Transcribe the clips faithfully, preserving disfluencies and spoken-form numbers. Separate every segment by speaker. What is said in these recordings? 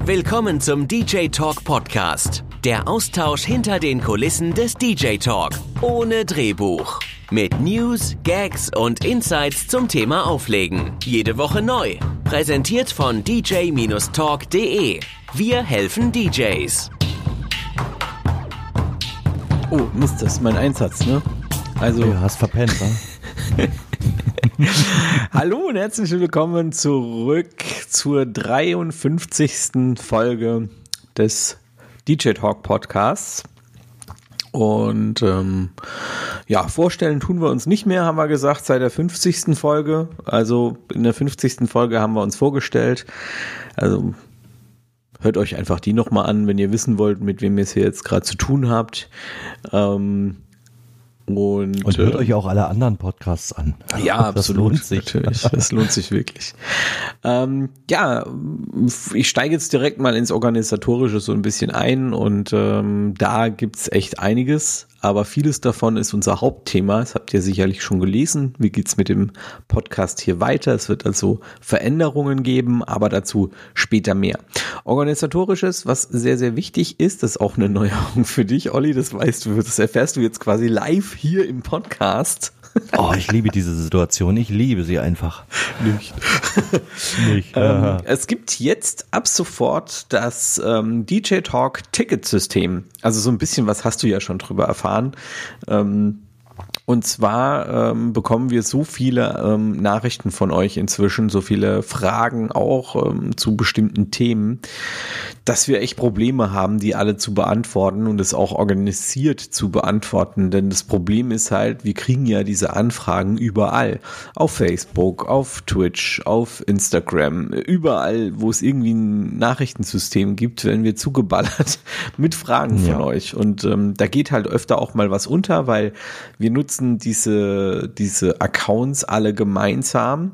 Speaker 1: Willkommen zum D J Talk Podcast. Der Austausch hinter den Kulissen des D J Talk. Ohne Drehbuch. Mit News, Gags und Insights zum Thema Auflegen. Jede Woche neu. Präsentiert von D J Talk punkt de. Wir helfen D Js.
Speaker 2: Oh, Mist, das ist mein Einsatz, ne? Also,
Speaker 3: du hast verpennt, wa?
Speaker 2: Hallo und herzlich willkommen zurück zur dreiundfünfzigsten Folge des D J Talk Podcasts. Und ähm, ja, vorstellen tun wir uns nicht mehr, haben wir gesagt, seit der fünfzigsten Folge. Also in der fünfzigsten Folge haben wir uns vorgestellt. Also hört euch einfach die nochmal an, wenn ihr wissen wollt, mit wem ihr es hier jetzt gerade zu tun habt. Ähm, Und,
Speaker 3: und hört
Speaker 2: äh,
Speaker 3: euch auch alle anderen Podcasts an.
Speaker 2: Ja,
Speaker 3: das
Speaker 2: absolut.
Speaker 3: Lohnt sich.
Speaker 2: Natürlich. Das lohnt sich wirklich. Ähm, ja, ich steige jetzt direkt mal ins Organisatorische so ein bisschen ein und ähm, da gibt's echt einiges, aber vieles davon ist unser Hauptthema. Das habt ihr sicherlich schon gelesen. Wie geht's mit dem Podcast hier weiter? Es wird also Veränderungen geben, aber dazu später mehr. Organisatorisches, was sehr, sehr wichtig ist, das ist auch eine Neuerung für dich, Olli, das weißt du, das erfährst du jetzt quasi live hier im Podcast.
Speaker 3: Oh, ich liebe diese Situation. Ich liebe sie einfach.
Speaker 2: Nicht.
Speaker 3: Nicht.
Speaker 2: ähm, es gibt jetzt ab sofort das ähm, D J Talk Ticketsystem. Also so ein bisschen was hast du ja schon drüber erfahren. Ähm, Und zwar ähm, bekommen wir so viele ähm, Nachrichten von euch inzwischen, so viele Fragen auch ähm, zu bestimmten Themen, dass wir echt Probleme haben, die alle zu beantworten und es auch organisiert zu beantworten. Denn das Problem ist halt, wir kriegen ja diese Anfragen überall. Auf Facebook, auf Twitch, auf Instagram, überall, wo es irgendwie ein Nachrichtensystem gibt, werden wir zugeballert mit Fragen von
Speaker 3: ja.
Speaker 2: euch. Und ähm, da geht halt öfter auch mal was unter, weil wir nutzen diese, diese Accounts alle gemeinsam.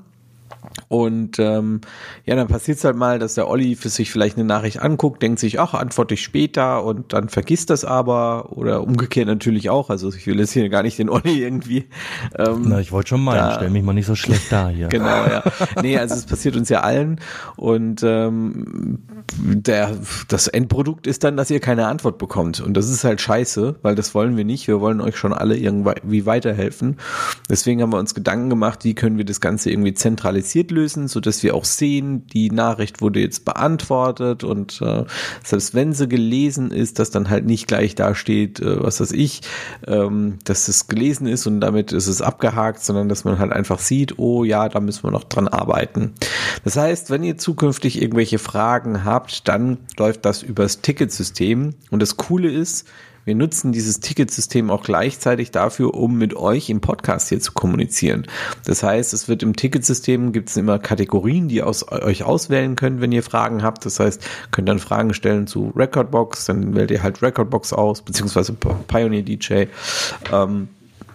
Speaker 2: Und ähm, ja, dann passiert es halt mal, dass der Olli für sich vielleicht eine Nachricht anguckt, denkt sich, ach, antworte ich später und dann vergisst das aber oder umgekehrt natürlich auch. Also ich will jetzt hier gar nicht den Olli irgendwie. Ähm,
Speaker 3: Na, ich wollte schon meinen, stell mich mal nicht so schlecht da hier.
Speaker 2: Genau, ja. Nee, also es passiert uns ja allen und ähm, der, das Endprodukt ist dann, dass ihr keine Antwort bekommt und das ist halt scheiße, weil das wollen wir nicht. Wir wollen euch schon alle irgendwie weiterhelfen. Deswegen haben wir uns Gedanken gemacht, wie können wir das Ganze irgendwie zentralisieren lösen, so dass wir auch sehen, die Nachricht wurde jetzt beantwortet und äh, selbst wenn sie gelesen ist, dass dann halt nicht gleich da steht, äh, was weiß ich, ähm, dass es gelesen ist und damit ist es abgehakt, sondern dass man halt einfach sieht, oh ja, da müssen wir noch dran arbeiten. Das heißt, wenn ihr zukünftig irgendwelche Fragen habt, dann läuft das übers Ticketsystem und das Coole ist, wir nutzen dieses Ticketsystem auch gleichzeitig dafür, um mit euch im Podcast hier zu kommunizieren. Das heißt, es wird im Ticketsystem, gibt es immer Kategorien, die ihr aus, euch auswählen könnt, wenn ihr Fragen habt. Das heißt, könnt dann Fragen stellen zu Recordbox, dann wählt ihr halt Recordbox aus, beziehungsweise Pioneer D J. Ähm,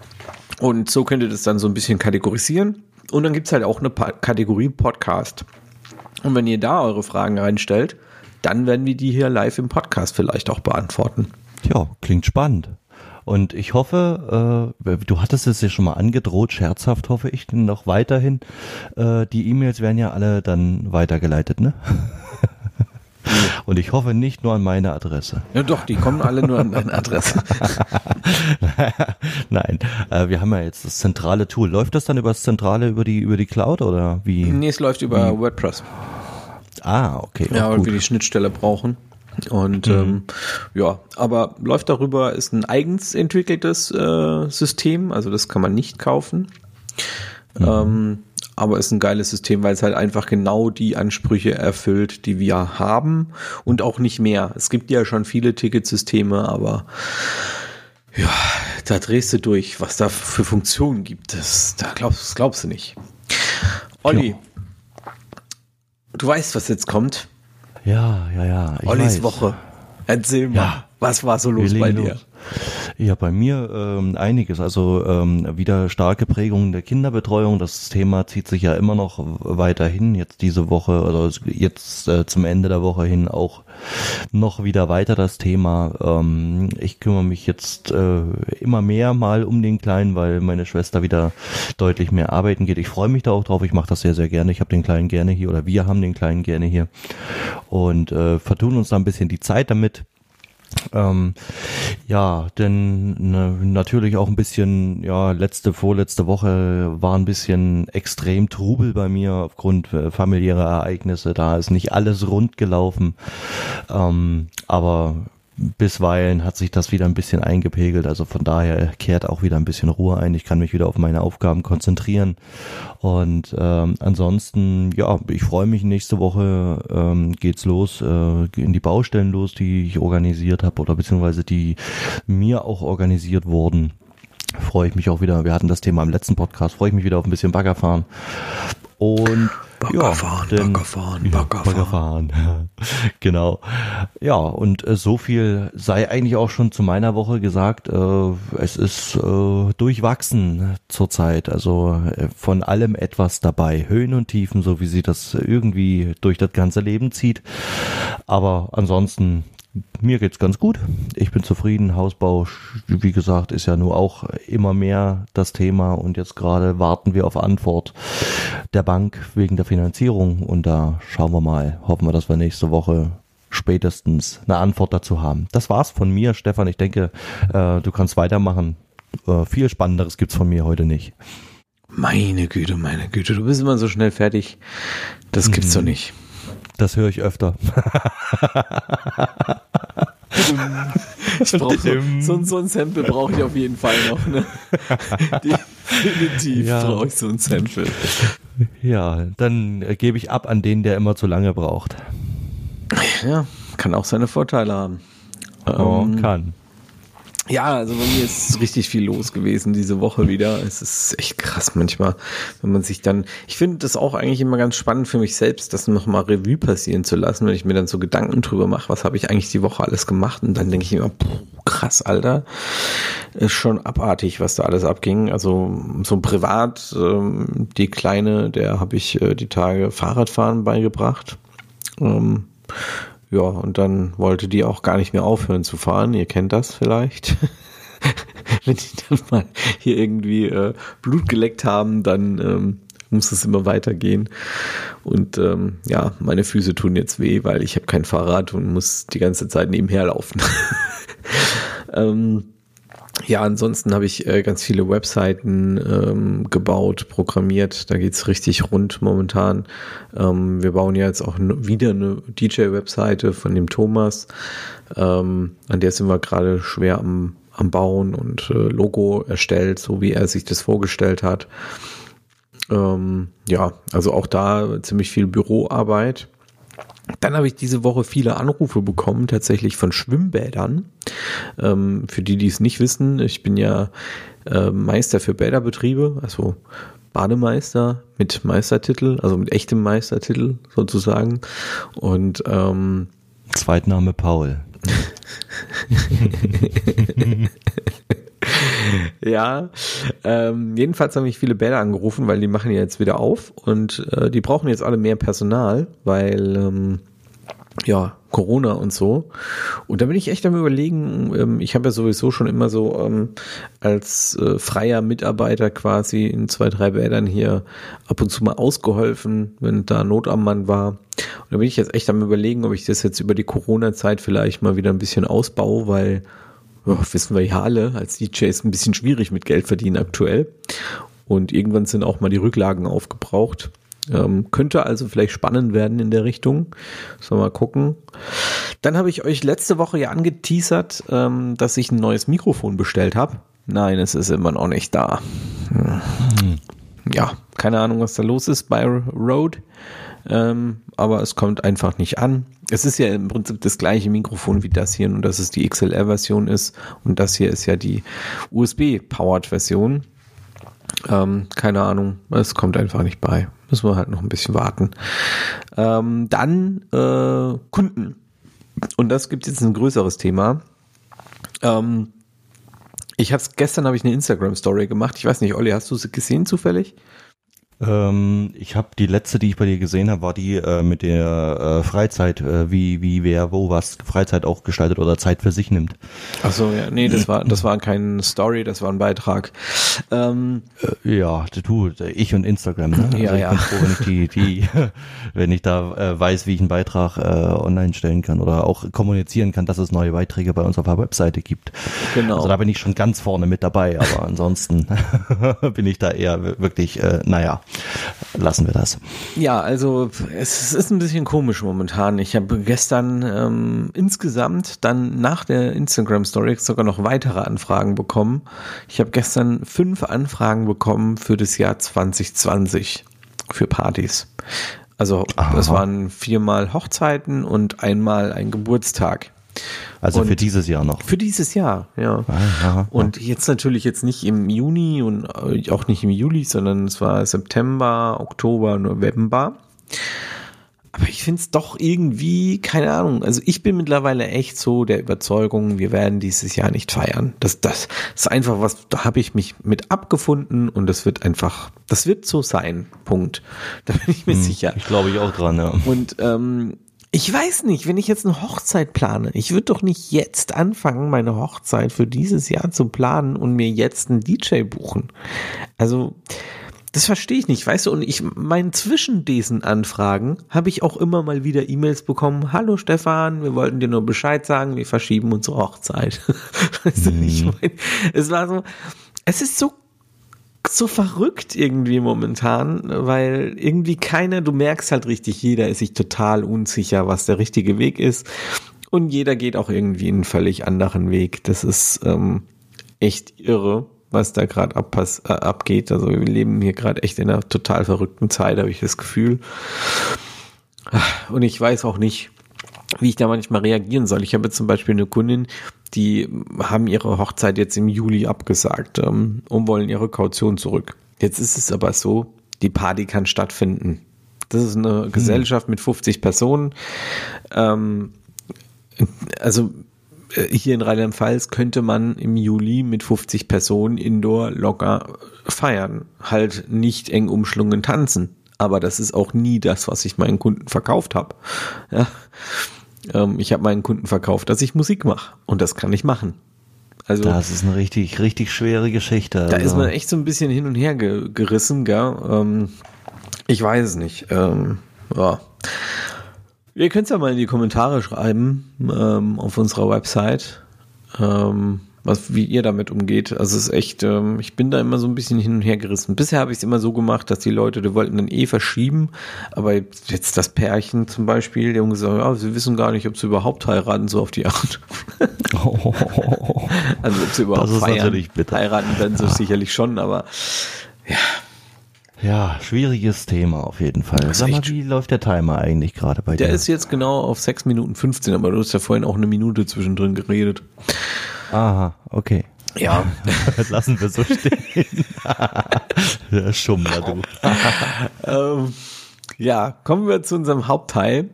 Speaker 2: und so könnt ihr das dann so ein bisschen kategorisieren. Und dann gibt es halt auch eine pa- Kategorie Podcast. Und wenn ihr da eure Fragen reinstellt, dann werden wir die hier live im Podcast vielleicht auch beantworten.
Speaker 3: Ja, klingt spannend. Und ich hoffe, äh, du hattest es ja schon mal angedroht, scherzhaft hoffe ich noch weiterhin. Äh, die E-Mails werden ja alle dann weitergeleitet, ne? Und ich hoffe nicht nur an meine Adresse.
Speaker 2: Ja doch, die kommen alle nur an deine Adresse.
Speaker 3: Nein, äh, wir haben ja jetzt das zentrale Tool. Läuft das dann über das Zentrale, über die über die Cloud oder wie?
Speaker 2: Nee, es läuft über hm. WordPress.
Speaker 3: Ah, okay.
Speaker 2: Ja, weil wir die Schnittstelle brauchen. Und mhm. ähm, ja, aber läuft darüber, ist ein eigens entwickeltes äh, System, also das kann man nicht kaufen. Mhm. Ähm, aber ist ein geiles System, weil es halt einfach genau die Ansprüche erfüllt, die wir haben und auch nicht mehr. Es gibt ja schon viele Ticketsysteme, aber ja, da drehst du durch, was da für Funktionen gibt. Das, da glaubst, das glaubst du nicht. Olli, ja. Du weißt, was jetzt kommt.
Speaker 3: Ja, ja, ja.
Speaker 2: Ollis weiß. Woche. Erzähl mal, ja. Was war so los bei dir? Los.
Speaker 3: Ja, bei mir ähm, einiges. Also ähm, wieder starke Prägungen der Kinderbetreuung. Das Thema zieht sich ja immer noch weiterhin. Jetzt diese Woche oder jetzt äh, zum Ende der Woche hin auch noch wieder weiter das Thema. Ähm, ich kümmere mich jetzt äh, immer mehr mal um den Kleinen, weil meine Schwester wieder deutlich mehr arbeiten geht. Ich freue mich da auch drauf. Ich mache das sehr, sehr gerne. Ich habe den Kleinen gerne hier oder wir haben den Kleinen gerne hier und äh, vertun uns da ein bisschen die Zeit damit. Ähm, ja, denn ne, natürlich auch ein bisschen, ja, letzte, vorletzte Woche war ein bisschen extrem Trubel bei mir aufgrund äh, familiärer Ereignisse. Da ist nicht alles rund gelaufen, ähm, aber bisweilen hat sich das wieder ein bisschen eingepegelt, also von daher kehrt auch wieder ein bisschen Ruhe ein. Ich kann mich wieder auf meine Aufgaben konzentrieren und ähm, ansonsten, ja, ich freue mich, nächste Woche ähm, geht's los, äh, in die Baustellen los, die ich organisiert habe oder beziehungsweise die mir auch organisiert wurden. Freue ich mich auch wieder, wir hatten das Thema im letzten Podcast, freue ich mich wieder auf ein bisschen Baggerfahren und
Speaker 2: Bagger
Speaker 3: ja,
Speaker 2: fahren,
Speaker 3: denn,
Speaker 2: Bagger fahren,
Speaker 3: ja,
Speaker 2: Bagger fahren.
Speaker 3: Bagger fahren. Genau. Ja, und äh, so viel sei eigentlich auch schon zu meiner Woche gesagt. Äh, es ist äh, durchwachsen zurzeit. Also äh, von allem etwas dabei. Höhen und Tiefen, so wie sie das irgendwie durch das ganze Leben zieht. Aber ansonsten, mir geht's ganz gut. Ich bin zufrieden. Hausbau, wie gesagt, ist ja nur auch immer mehr das Thema und jetzt gerade warten wir auf Antwort der Bank wegen der Finanzierung und da schauen wir mal, hoffen wir, dass wir nächste Woche spätestens eine Antwort dazu haben. Das war's von mir, Stefan. Ich denke, äh, du kannst weitermachen. Äh, viel Spannenderes gibt's von mir heute nicht.
Speaker 2: Meine Güte, meine Güte, du bist immer so schnell fertig. Das gibt's doch nicht.
Speaker 3: Das höre ich öfter.
Speaker 2: Ich brauch so, so, so ein Sample brauche ich auf jeden Fall noch. Ne? Definitiv
Speaker 3: ja. brauche
Speaker 2: ich so ein Sample.
Speaker 3: Ja, dann äh, gebe ich ab an den, der immer zu lange braucht.
Speaker 2: Ja, kann auch seine Vorteile haben.
Speaker 3: Oh,
Speaker 2: ähm,
Speaker 3: kann.
Speaker 2: Ja, also bei mir ist richtig viel los gewesen diese Woche wieder. Es ist echt krass manchmal, wenn man sich dann, ich finde das auch eigentlich immer ganz spannend für mich selbst, das nochmal Revue passieren zu lassen, wenn ich mir dann so Gedanken drüber mache, was habe ich eigentlich die Woche alles gemacht und dann denke ich immer, puh, krass, Alter, ist schon abartig, was da alles abging. Also so privat, ähm, die Kleine, der habe ich äh, die Tage Fahrradfahren beigebracht. Ähm, Ja, und dann wollte die auch gar nicht mehr aufhören zu fahren. Ihr kennt das vielleicht. Wenn die dann mal hier irgendwie äh, Blut geleckt haben, dann ähm, muss es immer weitergehen. Und ähm, ja, meine Füße tun jetzt weh, weil ich habe kein Fahrrad und muss die ganze Zeit nebenher laufen. ähm, Ja, ansonsten habe ich äh, ganz viele Webseiten ähm, gebaut, programmiert. Da geht's richtig rund momentan. Ähm, wir bauen ja jetzt auch n- wieder eine D J-Webseite von dem Thomas. Ähm, an der sind wir gerade schwer am, am Bauen und äh, Logo erstellt, so wie er sich das vorgestellt hat. Ähm, ja, also auch da ziemlich viel Büroarbeit. Dann habe ich diese Woche viele Anrufe bekommen, tatsächlich von Schwimmbädern. Ähm, für die, die es nicht wissen, ich bin ja äh, Meister für Bäderbetriebe, also Bademeister mit Meistertitel, also mit echtem Meistertitel sozusagen. Und ähm,
Speaker 3: Zweitname Paul.
Speaker 2: Ja, ähm, jedenfalls haben mich viele Bäder angerufen, weil die machen ja jetzt wieder auf und äh, die brauchen jetzt alle mehr Personal, weil ähm, ja, Corona und so. Und da bin ich echt am Überlegen, ähm, ich habe ja sowieso schon immer so ähm, als äh, freier Mitarbeiter quasi in zwei, drei Bädern hier ab und zu mal ausgeholfen, wenn da Not am Mann war. Und da bin ich jetzt echt am Überlegen, ob ich das jetzt über die Corona-Zeit vielleicht mal wieder ein bisschen ausbaue, weil ja, wissen wir ja alle, als D Js ein bisschen schwierig mit Geld verdienen aktuell. Und irgendwann sind auch mal die Rücklagen aufgebraucht. Ähm, könnte also vielleicht spannend werden in der Richtung. Sollen wir mal gucken. Dann habe ich euch letzte Woche ja angeteasert, ähm, dass ich ein neues Mikrofon bestellt habe. Nein, es ist immer noch nicht da. Hm. Ja, keine Ahnung, was da los ist bei Rode. Ähm, aber es kommt einfach nicht an. Es ist ja im Prinzip das gleiche Mikrofon wie das hier, nur dass es die X L R-Version ist und das hier ist ja die U S B-Powered-Version. Ähm, keine Ahnung, es kommt einfach nicht bei. Müssen wir halt noch ein bisschen warten. Ähm, dann äh, Kunden. Und das gibt jetzt ein größeres Thema. Ähm, Ich habe es gestern habe ich eine Instagram-Story gemacht. Ich weiß nicht, Olli, hast du sie gesehen zufällig?
Speaker 3: Ähm, ich habe die letzte, die ich bei dir gesehen habe, war die äh, mit der äh, Freizeit, äh, wie wie wer wo was Freizeit auch gestaltet oder Zeit für sich nimmt.
Speaker 2: Ach so, ja, nee, das war das war kein Story, das war ein Beitrag. Ähm,
Speaker 3: äh, ja, du, ich und Instagram, ne?
Speaker 2: Ja,
Speaker 3: also ich
Speaker 2: ja.
Speaker 3: bin froh, wenn ich die die wenn ich da äh, weiß, wie ich einen Beitrag äh, online stellen kann oder auch kommunizieren kann, dass es neue Beiträge bei uns auf der Webseite gibt.
Speaker 2: Genau.
Speaker 3: Also da bin ich schon ganz vorne mit dabei, aber ansonsten bin ich da eher wirklich, äh, naja, lassen wir das.
Speaker 2: Ja, also es ist ein bisschen komisch momentan. Ich habe gestern ähm, insgesamt dann nach der Instagram-Story sogar noch weitere Anfragen bekommen. Ich habe gestern fünf Anfragen bekommen für das Jahr zwanzig zwanzig für Partys. Also
Speaker 3: Aha.
Speaker 2: Das waren viermal Hochzeiten und einmal ein Geburtstag.
Speaker 3: Also
Speaker 2: Und
Speaker 3: für dieses Jahr noch.
Speaker 2: Für dieses Jahr, ja.
Speaker 3: Aha.
Speaker 2: Und jetzt natürlich jetzt nicht im Juni und auch nicht im Juli, sondern es war September, Oktober, November. Aber ich finde es doch irgendwie, keine Ahnung, also ich bin mittlerweile echt so der Überzeugung, wir werden dieses Jahr nicht feiern. Das, das ist einfach was, da habe ich mich mit abgefunden und das wird einfach, das wird so sein, Punkt. Da bin ich mir
Speaker 3: Hm,
Speaker 2: sicher.
Speaker 3: Ich glaube ich auch dran, ja.
Speaker 2: Und ähm, ich weiß nicht, wenn ich jetzt eine Hochzeit plane, ich würde doch nicht jetzt anfangen, meine Hochzeit für dieses Jahr zu planen und mir jetzt einen D J buchen. Also, das verstehe ich nicht, weißt du, und ich meine, zwischen diesen Anfragen habe ich auch immer mal wieder E-Mails bekommen, hallo Stefan, wir wollten dir nur Bescheid sagen, wir verschieben unsere Hochzeit. Weißt du, ich meine, es war so, es ist so so verrückt irgendwie momentan, weil irgendwie keiner, du merkst halt richtig, jeder ist sich total unsicher, was der richtige Weg ist und jeder geht auch irgendwie einen völlig anderen Weg. Das ist ähm, echt irre, was da gerade abpass- äh, abgeht. Also wir leben hier gerade echt in einer total verrückten Zeit, habe ich das Gefühl. Und ich weiß auch nicht, wie ich da manchmal reagieren soll. Ich habe jetzt zum Beispiel eine Kundin, die haben ihre Hochzeit jetzt im Juli abgesagt ähm, und wollen ihre Kaution zurück. Jetzt ist es aber so, die Party kann stattfinden. Das ist eine hm. Gesellschaft mit fünfzig Personen. Ähm, also hier in Rheinland-Pfalz könnte man im Juli mit fünfzig Personen indoor locker feiern. Halt nicht eng umschlungen tanzen. Aber das ist auch nie das, was ich meinen Kunden verkauft habe. Ja. Ich habe meinen Kunden verkauft, dass ich Musik mache und das kann ich machen. Also
Speaker 3: das ist eine richtig, richtig schwere Geschichte.
Speaker 2: Da
Speaker 3: also.
Speaker 2: ist man echt so ein bisschen hin und her ge- gerissen, gell? Ähm, ich weiß es nicht. Ähm, ja. Ihr könnt es ja mal in die Kommentare schreiben ähm, auf unserer Website, ähm, was, wie ihr damit umgeht. Also es ist echt, ähm, ich bin da immer so ein bisschen hin und her gerissen. Bisher habe ich es immer so gemacht, dass die Leute, die wollten dann eh verschieben, aber jetzt das Pärchen zum Beispiel, die haben gesagt, ja, sie wissen gar nicht, ob sie überhaupt heiraten, so auf die Art.
Speaker 3: Oh.
Speaker 2: Also ob sie überhaupt
Speaker 3: das ist
Speaker 2: feiern.
Speaker 3: Natürlich bitter.
Speaker 2: Heiraten werden sie
Speaker 3: Ja.
Speaker 2: sicherlich schon, aber ja.
Speaker 3: Ja, schwieriges Thema auf jeden Fall. Sag mal, wie läuft der Timer eigentlich gerade bei dir?
Speaker 2: Der ist jetzt genau auf sechs Minuten fünfzehn, aber du hast ja vorhin auch eine Minute zwischendrin geredet.
Speaker 3: Aha, okay.
Speaker 2: Ja.
Speaker 3: Lassen wir so stehen. Der Schummler, du.
Speaker 2: ähm, ja, kommen wir zu unserem Hauptteil.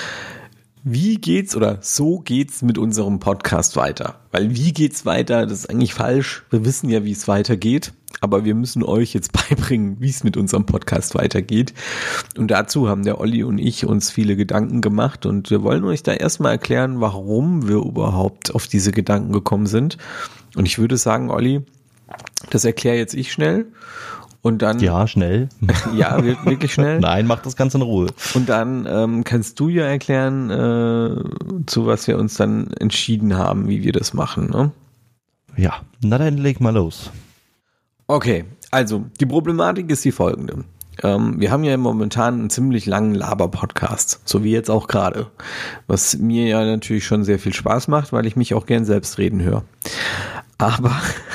Speaker 2: Wie geht's oder so geht's mit unserem Podcast weiter? Weil wie geht's weiter, das ist eigentlich falsch. Wir wissen ja, wie es weitergeht, aber wir müssen euch jetzt beibringen, wie es mit unserem Podcast weitergeht. Und dazu haben der Olli und ich uns viele Gedanken gemacht und wir wollen euch da erstmal erklären, warum wir überhaupt auf diese Gedanken gekommen sind. Und ich würde sagen, Olli, das erkläre jetzt ich schnell. Und dann,
Speaker 3: ja, schnell.
Speaker 2: Ja, wirklich schnell.
Speaker 3: Nein, mach das Ganze in Ruhe.
Speaker 2: Und dann ähm, kannst du ja erklären, äh, zu was wir uns dann entschieden haben, wie wir das machen. Ne?
Speaker 3: Ja, na dann leg mal los.
Speaker 2: Okay, also die Problematik ist die folgende. Ähm, wir haben ja momentan einen ziemlich langen Laber-Podcast, so wie jetzt auch gerade. Was mir ja natürlich schon sehr viel Spaß macht, weil ich mich auch gern selbst reden höre. Aber...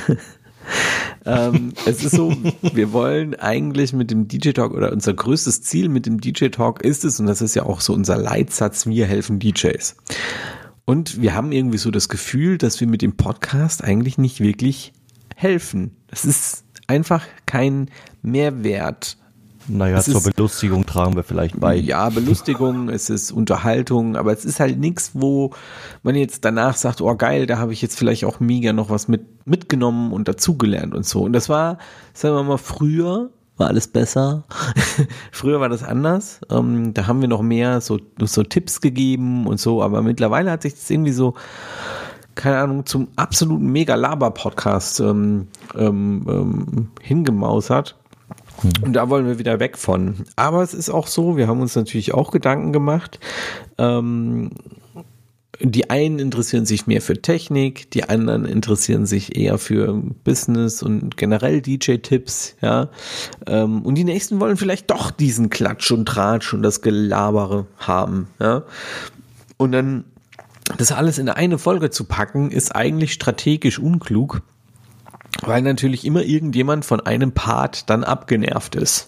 Speaker 2: ähm, es ist so, wir wollen eigentlich mit dem D J Talk oder unser größtes Ziel mit dem D J Talk ist es, und das ist ja auch so unser Leitsatz, wir helfen D Js. Und wir haben irgendwie so das Gefühl, dass wir mit dem Podcast eigentlich nicht wirklich helfen. Es ist einfach kein Mehrwert
Speaker 3: Naja,
Speaker 2: es
Speaker 3: zur
Speaker 2: ist,
Speaker 3: Belustigung tragen wir vielleicht bei.
Speaker 2: Ja, Belustigung, es ist Unterhaltung, aber es ist halt nichts, wo man jetzt danach sagt, oh geil, da habe ich jetzt vielleicht auch mega noch was mit mitgenommen und dazugelernt und so. Und das war, sagen wir mal, früher war alles besser. Früher war das anders. Ähm, da haben wir noch mehr so, so Tipps gegeben und so, aber mittlerweile hat sich das irgendwie so, keine Ahnung, zum absoluten Mega-Laber-Podcast ähm, ähm, ähm, hingemausert. Und da wollen wir wieder weg von. Aber es ist auch so, wir haben uns natürlich auch Gedanken gemacht. Ähm, die einen interessieren sich mehr für Technik, die anderen interessieren sich eher für Business und generell D J-Tipps, ja. Ähm, und die nächsten wollen vielleicht doch diesen Klatsch und Tratsch und das Gelabere haben, ja. Und dann das alles in eine Folge zu packen, ist eigentlich strategisch unklug. Weil natürlich immer irgendjemand von einem Part dann abgenervt ist.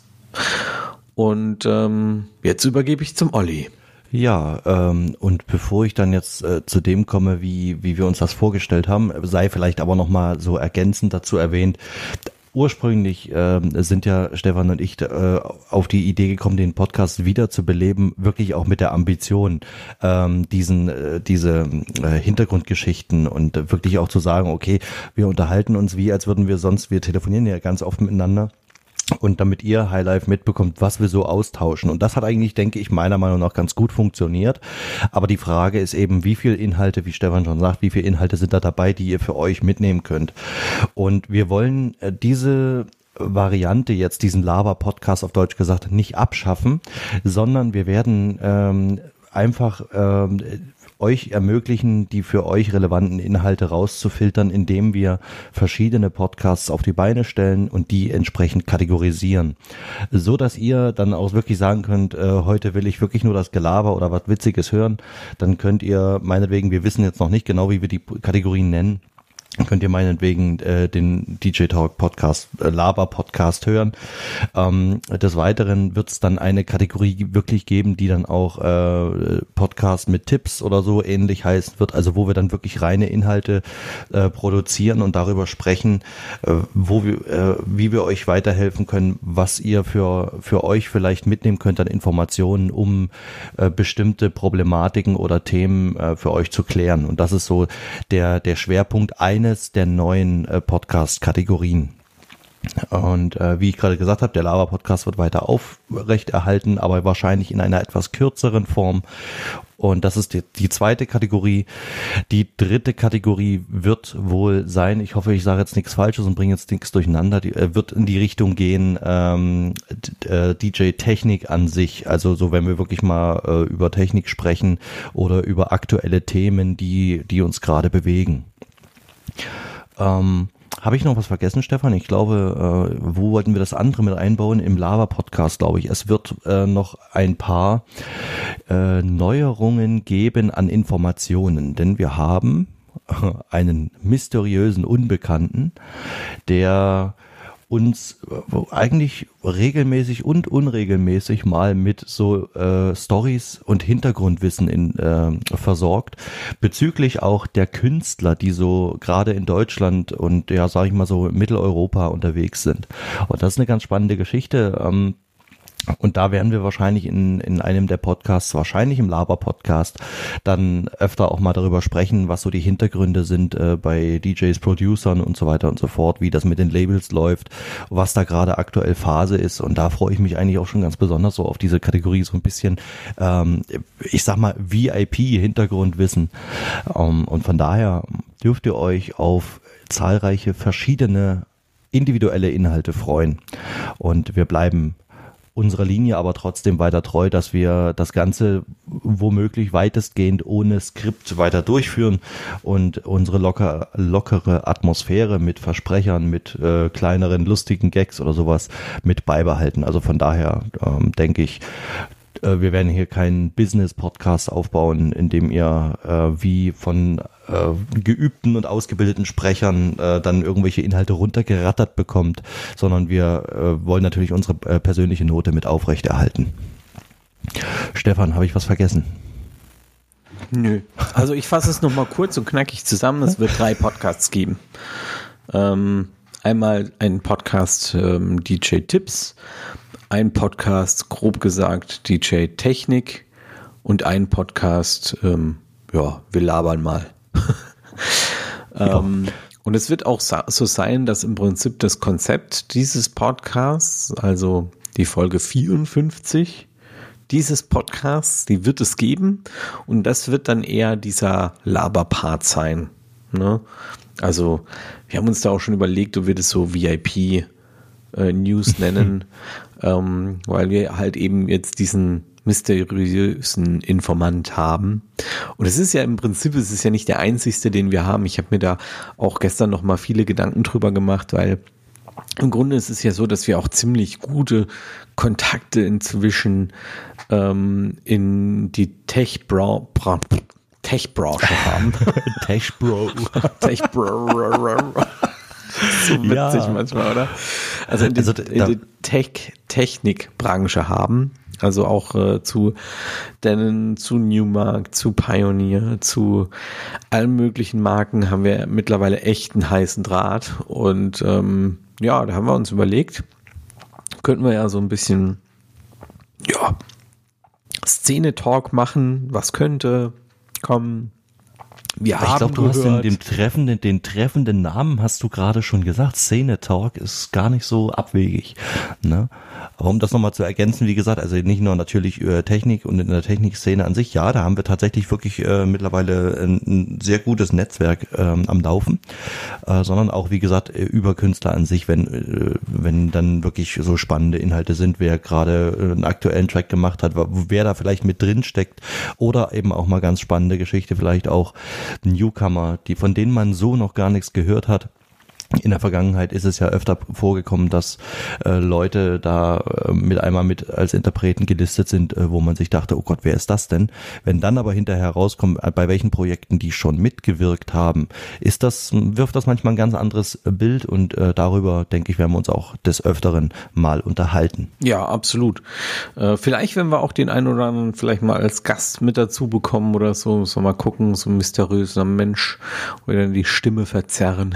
Speaker 2: Und ähm, jetzt übergebe ich zum Olli.
Speaker 3: Ja, ähm, und bevor ich dann jetzt äh, zu dem komme, wie wie wir uns das vorgestellt haben, sei vielleicht aber nochmal so ergänzend dazu erwähnt, ursprünglich äh, sind ja Stefan und ich äh, auf die Idee gekommen, den Podcast wieder zu beleben, wirklich auch mit der Ambition, ähm, diesen äh, diese äh, Hintergrundgeschichten und äh, wirklich auch zu sagen, okay, wir unterhalten uns wie, als würden wir sonst, wir telefonieren ja ganz oft miteinander. Und damit ihr Highlife mitbekommt, was wir so austauschen. Und das hat eigentlich, denke ich, meiner Meinung nach ganz gut funktioniert. Aber die Frage ist eben, wie viel Inhalte, wie Stefan schon sagt, wie viele Inhalte sind da dabei, die ihr für euch mitnehmen könnt. Und wir wollen diese Variante jetzt, diesen Laber-Podcast auf Deutsch gesagt, nicht abschaffen, sondern wir werden ähm, einfach ähm, euch ermöglichen, die für euch relevanten Inhalte rauszufiltern, indem wir verschiedene Podcasts auf die Beine stellen und die entsprechend kategorisieren. So, dass ihr dann auch wirklich sagen könnt, äh, heute will ich wirklich nur das Gelaber oder was Witziges hören, dann könnt ihr meinetwegen, wir wissen jetzt noch nicht genau, wie wir die Kategorien nennen, könnt ihr meinetwegen äh, den D J Talk Podcast, äh, Laber Podcast hören. Ähm, des Weiteren wird es dann eine Kategorie wirklich geben, die dann auch äh, Podcast mit Tipps oder so ähnlich heißen wird, also wo wir dann wirklich reine Inhalte äh, produzieren und darüber sprechen, äh, wo wir, äh, wie wir euch weiterhelfen können, was ihr für für euch vielleicht mitnehmen könnt an Informationen, um äh, bestimmte Problematiken oder Themen äh, für euch zu klären. Und das ist so der der Schwerpunkt ein eines der neuen äh, Podcast-Kategorien. Und äh, wie ich gerade gesagt habe, der Lava-Podcast wird weiter aufrechterhalten, aber wahrscheinlich in einer etwas kürzeren Form. Und das ist die, die zweite Kategorie. Die dritte Kategorie wird wohl sein, ich hoffe, ich sage jetzt nichts Falsches und bringe jetzt nichts durcheinander, die äh, wird in die Richtung gehen, ähm, äh, D J-Technik an sich. Also so, wenn wir wirklich mal äh, über Technik sprechen oder über aktuelle Themen, die die uns gerade bewegen. Ähm, habe ich noch was vergessen, Stefan? Ich glaube, äh, wo wollten wir das andere mit einbauen? Im Lava-Podcast, glaube ich. Es wird äh, noch ein paar äh, Neuerungen geben an Informationen, denn wir haben einen mysteriösen Unbekannten, der uns eigentlich regelmäßig und unregelmäßig mal mit so äh, Stories und Hintergrundwissen in, äh, versorgt, bezüglich auch der Künstler, die so gerade in Deutschland und ja, sage ich mal so Mitteleuropa unterwegs sind. Und das ist eine ganz spannende Geschichte. Ähm, Und da werden wir wahrscheinlich in in einem der Podcasts, wahrscheinlich im Laber-Podcast, dann öfter auch mal darüber sprechen, was so die Hintergründe sind äh, bei D Js, Producern und so weiter und so fort, wie das mit den Labels läuft, was da gerade aktuell Phase ist. Und da freue ich mich eigentlich auch schon ganz besonders so auf diese Kategorie, so ein bisschen, ähm, ich sag mal, V I P-Hintergrundwissen. Ähm, und von daher dürft ihr euch auf zahlreiche verschiedene individuelle Inhalte freuen. Und wir bleiben unserer Linie aber trotzdem weiter treu, dass wir das Ganze womöglich weitestgehend ohne Skript weiter durchführen und unsere locker, lockere Atmosphäre mit Versprechern, mit äh, kleineren lustigen Gags oder sowas mit beibehalten. Also von daher ähm, denke ich, äh, wir werden hier keinen Business-Podcast aufbauen, in dem ihr äh, wie von äh, geübten und ausgebildeten Sprechern äh, dann irgendwelche Inhalte runtergerattert bekommt, sondern wir äh, wollen natürlich unsere äh, persönliche Note mit aufrechterhalten. Stefan, habe ich was vergessen?
Speaker 2: Nö. Also ich fasse es nochmal kurz und knackig zusammen. Es wird drei Podcasts geben. Ähm, Einmal ein Podcast ähm, D J-Tipps, ein Podcast, grob gesagt, D J-Technik und ein Podcast, ähm, ja, wir labern mal. ähm, und es wird auch so sein, dass im Prinzip das Konzept dieses Podcasts, also die Folge vierundfünfzig dieses Podcasts, die wird es geben und das wird dann eher dieser Laber-Part sein. Ne? Also wir haben uns da auch schon überlegt, ob wir das so V I P-News äh, nennen, ähm, weil wir halt eben jetzt diesen mysteriösen Informant haben. Und es ist ja im Prinzip, es ist ja nicht der einzigste, den wir haben. Ich habe mir da auch gestern noch mal viele Gedanken drüber gemacht, weil im Grunde ist es ja so, dass wir auch ziemlich gute Kontakte inzwischen ähm, in die Tech-Bra- Bra- Tech-Branche haben.
Speaker 3: Tech-Bro.
Speaker 2: Tech-Bro. So witzig ja. manchmal, oder? Also in die, also, in die Tech- Technikbranche haben. Also auch äh, zu Denon, zu Newmark, zu Pioneer, zu allen möglichen Marken haben wir mittlerweile echt einen heißen Draht. Und ähm, ja, da haben wir uns überlegt, könnten wir ja so ein bisschen ja, Szene-Talk machen, was könnte kommen. Wir
Speaker 3: ich glaube, du
Speaker 2: gehört.
Speaker 3: hast den, den, treffenden, den treffenden Namen hast du gerade schon gesagt. Szene-Talk ist gar nicht so abwegig. Ne? Aber um das nochmal zu ergänzen, wie gesagt, also nicht nur natürlich über Technik und in der Technikszene an sich, ja, da haben wir tatsächlich wirklich äh, mittlerweile ein, ein sehr gutes Netzwerk ähm, am Laufen, äh, sondern auch, wie gesagt, über Künstler an sich, wenn äh, wenn dann wirklich so spannende Inhalte sind, wer gerade äh, einen aktuellen Track gemacht hat, wer da vielleicht mit drin steckt oder eben auch mal ganz spannende Geschichte, vielleicht auch Newcomer, die von denen man so noch gar nichts gehört hat. In der Vergangenheit ist es ja öfter vorgekommen, dass äh, Leute da äh, mit einmal mit als Interpreten gelistet sind, äh, wo man sich dachte, oh Gott, wer ist das denn? Wenn dann aber hinterher rauskommt, äh, bei welchen Projekten die schon mitgewirkt haben, ist das, wirft das manchmal ein ganz anderes Bild und äh, darüber, denke ich, werden wir uns auch des Öfteren mal unterhalten.
Speaker 2: Ja, absolut. Äh, vielleicht, wenn wir auch den einen oder anderen vielleicht mal als Gast mit dazu bekommen oder so, müssen wir mal gucken, so ein mysteriöser Mensch oder die Stimme verzerren.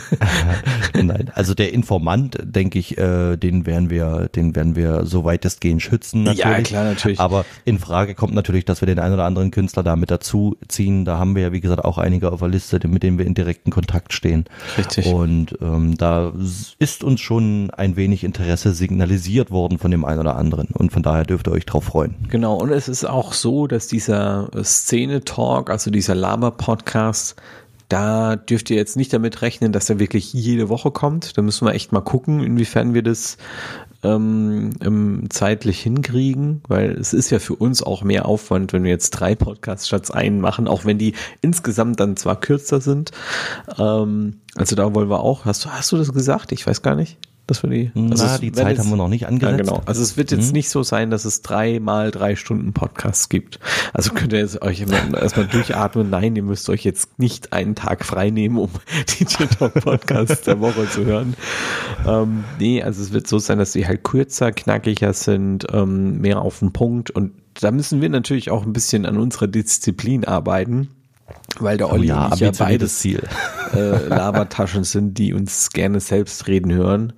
Speaker 3: Nein, also der Informant, denke ich, äh, den werden wir, den werden wir so weitestgehend schützen natürlich.
Speaker 2: Ja, klar, natürlich.
Speaker 3: Aber in Frage kommt natürlich, dass wir den einen oder anderen Künstler da mit dazu ziehen. Da haben wir ja, wie gesagt, auch einige auf der Liste, mit denen wir in direkten Kontakt stehen.
Speaker 2: Richtig.
Speaker 3: Und ähm, da ist uns schon ein wenig Interesse signalisiert worden von dem einen oder anderen. Und von daher dürft ihr euch drauf freuen.
Speaker 2: Genau, und es ist auch so, dass dieser Szene-Talk, also dieser Laber-Podcast, da dürft ihr jetzt nicht damit rechnen, dass er wirklich jede Woche kommt. Da müssen wir echt mal gucken, inwiefern wir das ähm, ähm, zeitlich hinkriegen, weil es ist ja für uns auch mehr Aufwand, wenn wir jetzt drei Podcasts statt einen machen, auch wenn die insgesamt dann zwar kürzer sind. Ähm, also da wollen wir auch, hast du, hast du das gesagt? Ich weiß gar nicht. Dass wir die,
Speaker 3: also Na, die Zeit
Speaker 2: es,
Speaker 3: haben wir noch nicht angesetzt.
Speaker 2: Ja, genau. Also es wird jetzt
Speaker 3: mhm.
Speaker 2: nicht so sein, dass es drei mal drei Stunden Podcasts gibt. Also könnt ihr jetzt euch erstmal durchatmen. Nein, ihr müsst euch jetzt nicht einen Tag frei nehmen, um die D J-Talk-Podcasts der Woche zu hören. Ähm, nee, also es wird so sein, dass die halt kürzer, knackiger sind, ähm, mehr auf den Punkt. Und da müssen wir natürlich auch ein bisschen an unserer Disziplin arbeiten. Weil der Olli
Speaker 3: oh ja,
Speaker 2: und ich ja beides Ziel. Äh, Labertaschen sind, die uns gerne selbst reden hören.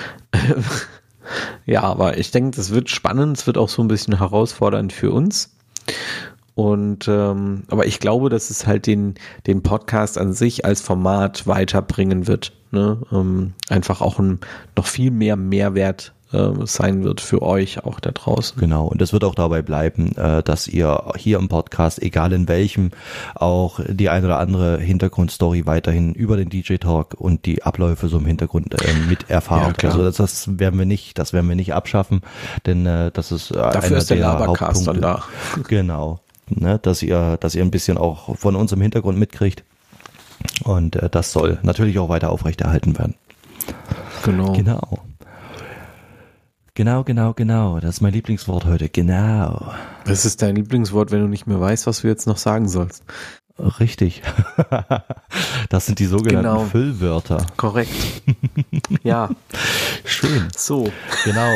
Speaker 2: Ja, aber ich denke, das wird spannend, es wird auch so ein bisschen herausfordernd für uns. Und ähm, aber ich glaube, dass es halt den, den Podcast an sich als Format weiterbringen wird. Ne? Ähm, einfach auch ein noch viel mehr Mehrwert sein wird für euch auch da draußen.
Speaker 3: Genau, und es wird auch dabei bleiben, dass ihr hier im Podcast, egal in welchem, auch die ein oder andere Hintergrundstory weiterhin über den D J-Talk und die Abläufe so im Hintergrund äh, mit erfahrt. Ja, also das, das werden wir nicht, das werden wir nicht abschaffen, denn äh, das ist äh,
Speaker 2: dafür
Speaker 3: einer
Speaker 2: ist der
Speaker 3: der
Speaker 2: Labercast
Speaker 3: Hauptpunkte.
Speaker 2: Dann da.
Speaker 3: Genau, ne, dass ihr, dass ihr ein bisschen auch von uns im Hintergrund mitkriegt und äh, das soll natürlich auch weiter aufrechterhalten werden.
Speaker 2: Genau.
Speaker 3: Genau. Genau, genau, genau. Das ist mein Lieblingswort heute. Genau.
Speaker 2: Das ist dein Lieblingswort, wenn du nicht mehr weißt, was du jetzt noch sagen sollst.
Speaker 3: Richtig. Das sind die sogenannten
Speaker 2: genau.
Speaker 3: Füllwörter.
Speaker 2: Korrekt. Ja.
Speaker 3: Schön.
Speaker 2: So.
Speaker 3: Genau.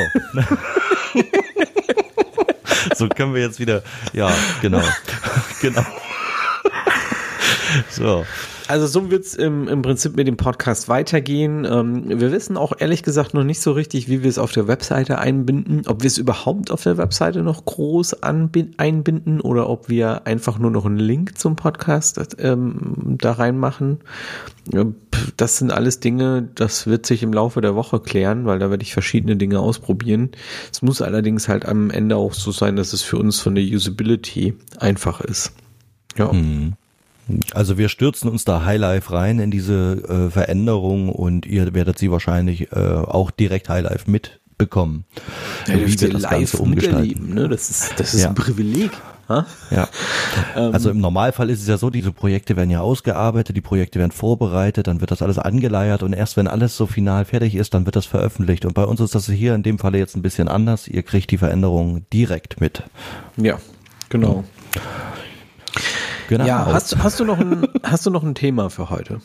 Speaker 3: So können wir jetzt wieder, ja, genau. Genau. So.
Speaker 2: also so wird es im, im Prinzip mit dem Podcast weitergehen. Ähm, wir wissen auch ehrlich gesagt noch nicht so richtig, wie wir es auf der Webseite einbinden, ob wir es überhaupt auf der Webseite noch groß anbind- einbinden oder ob wir einfach nur noch einen Link zum Podcast ähm, da reinmachen. Das sind alles Dinge, das wird sich im Laufe der Woche klären, weil da werde ich verschiedene Dinge ausprobieren. Es muss allerdings halt am Ende auch so sein, dass es für uns von der Usability einfach ist. Ja.
Speaker 3: Hm. Also wir stürzen uns da Highlife rein in diese äh, Veränderung und ihr werdet sie wahrscheinlich äh, auch direkt Highlife mitbekommen.
Speaker 2: Ja, wie wir das Ganze umgestalten. Ne? Das ist, das ist ja ein Privileg. Ha?
Speaker 3: Ja, also im Normalfall ist es ja so, diese Projekte werden ja ausgearbeitet, die Projekte werden vorbereitet, dann wird das alles angeleiert und erst wenn alles so final fertig ist, dann wird das veröffentlicht. Und bei uns ist das hier in dem Falle jetzt ein bisschen anders. Ihr kriegt die Veränderungen direkt mit.
Speaker 2: Ja, genau.
Speaker 3: Genau.
Speaker 2: Ja, hast, hast du noch ein, hast du noch ein Thema für heute?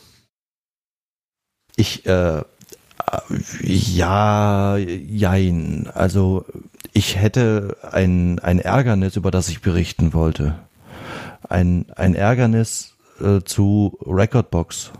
Speaker 3: Ich, äh, ja, jein. Also ich hätte ein, ein Ärgernis, über das ich berichten wollte. Ein, ein Ärgernis äh, zu Rekordbox.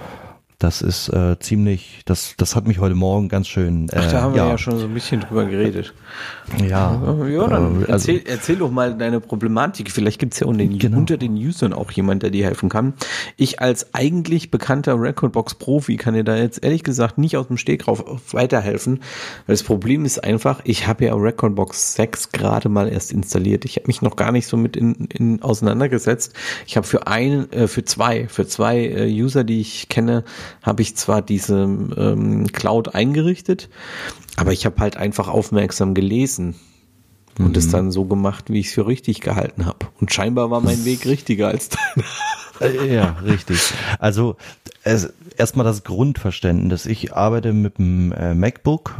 Speaker 3: Das ist äh, ziemlich, das, das hat mich heute Morgen ganz schön. Äh,
Speaker 2: Ach, da haben wir
Speaker 3: ja.
Speaker 2: ja schon so ein bisschen drüber geredet.
Speaker 3: Ja.
Speaker 2: Ja, dann
Speaker 3: äh,
Speaker 2: erzähl,
Speaker 3: also,
Speaker 2: erzähl doch mal deine Problematik. Vielleicht gibt es ja unter den,
Speaker 3: genau.
Speaker 2: unter den Usern auch jemand, der dir helfen kann. Ich als eigentlich bekannter Rekordbox-Profi kann dir da jetzt ehrlich gesagt nicht aus dem Stegreif weiterhelfen, weil das Problem ist einfach, ich habe ja Rekordbox sechs gerade mal erst installiert. Ich habe mich noch gar nicht so mit in, in auseinandergesetzt. Ich habe für ein, äh, für zwei, für zwei äh, User, die ich kenne, habe ich zwar diese ähm, Cloud eingerichtet, aber ich habe halt einfach aufmerksam gelesen und es mhm. dann so gemacht, wie ich es für richtig gehalten habe. Und scheinbar war mein Weg richtiger als deiner.
Speaker 3: Ja, richtig. Also erstmal das Grundverständnis. Ich arbeite mit dem äh, MacBook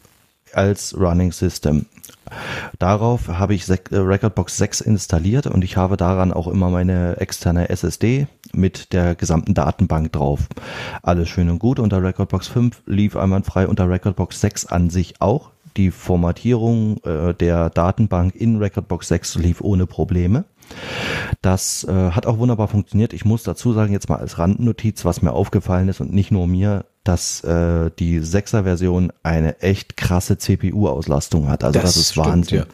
Speaker 3: als Running System. Darauf habe ich Rekordbox sechs installiert und ich habe daran auch immer meine externe S S D mit der gesamten Datenbank drauf. Alles schön und gut. Unter Rekordbox fünf lief einwandfrei, unter Rekordbox sechs an sich auch. Die Formatierung äh, der Datenbank in Rekordbox sechs lief ohne Probleme. Das äh, hat auch wunderbar funktioniert. Ich muss dazu sagen, jetzt mal als Randnotiz, was mir aufgefallen ist und nicht nur mir, dass äh, die sechser-Version eine echt krasse C P U-Auslastung hat. Also das, das ist stimmt, Wahnsinn.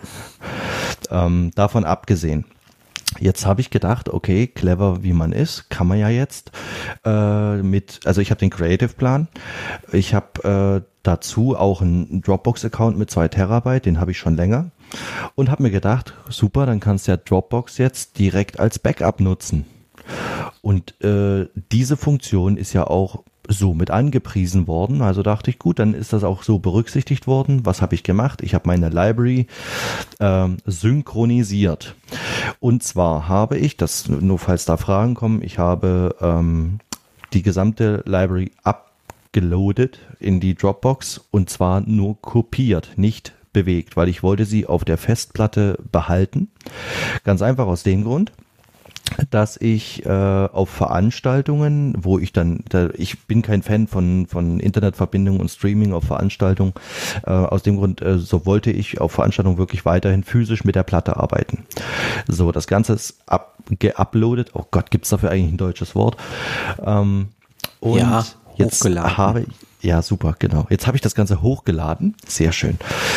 Speaker 3: Ja. Ähm, davon abgesehen. Jetzt habe ich gedacht, okay, clever wie man ist, kann man ja jetzt äh, mit, also ich habe den Creative-Plan, ich habe äh, dazu auch einen Dropbox-Account mit zwei Terabyte, den habe ich schon länger und habe mir gedacht, super, dann kannst du ja Dropbox jetzt direkt als Backup nutzen. Und äh, diese Funktion ist ja auch so mit angepriesen worden, also dachte ich, gut, dann ist das auch so berücksichtigt worden. Was habe ich gemacht? Ich habe meine Library ähm, synchronisiert. Und zwar habe ich, das nur falls da Fragen kommen, ich habe ähm, die gesamte Library abgeloadet in die Dropbox und zwar nur kopiert, nicht bewegt, weil ich wollte sie auf der Festplatte behalten. Ganz einfach aus dem Grund, dass ich äh, auf Veranstaltungen, wo ich dann, da, ich bin kein Fan von von Internetverbindungen und Streaming auf Veranstaltungen, äh, aus dem Grund, äh, so wollte ich auf Veranstaltungen wirklich weiterhin physisch mit der Platte arbeiten. So, das Ganze ist ab, geuploadet, oh Gott, gibt's dafür eigentlich ein deutsches Wort? Ähm, und
Speaker 2: ja,
Speaker 3: jetzt
Speaker 2: hochgeladen.
Speaker 3: habe ich, ja super, genau, jetzt habe ich das Ganze hochgeladen, sehr schön,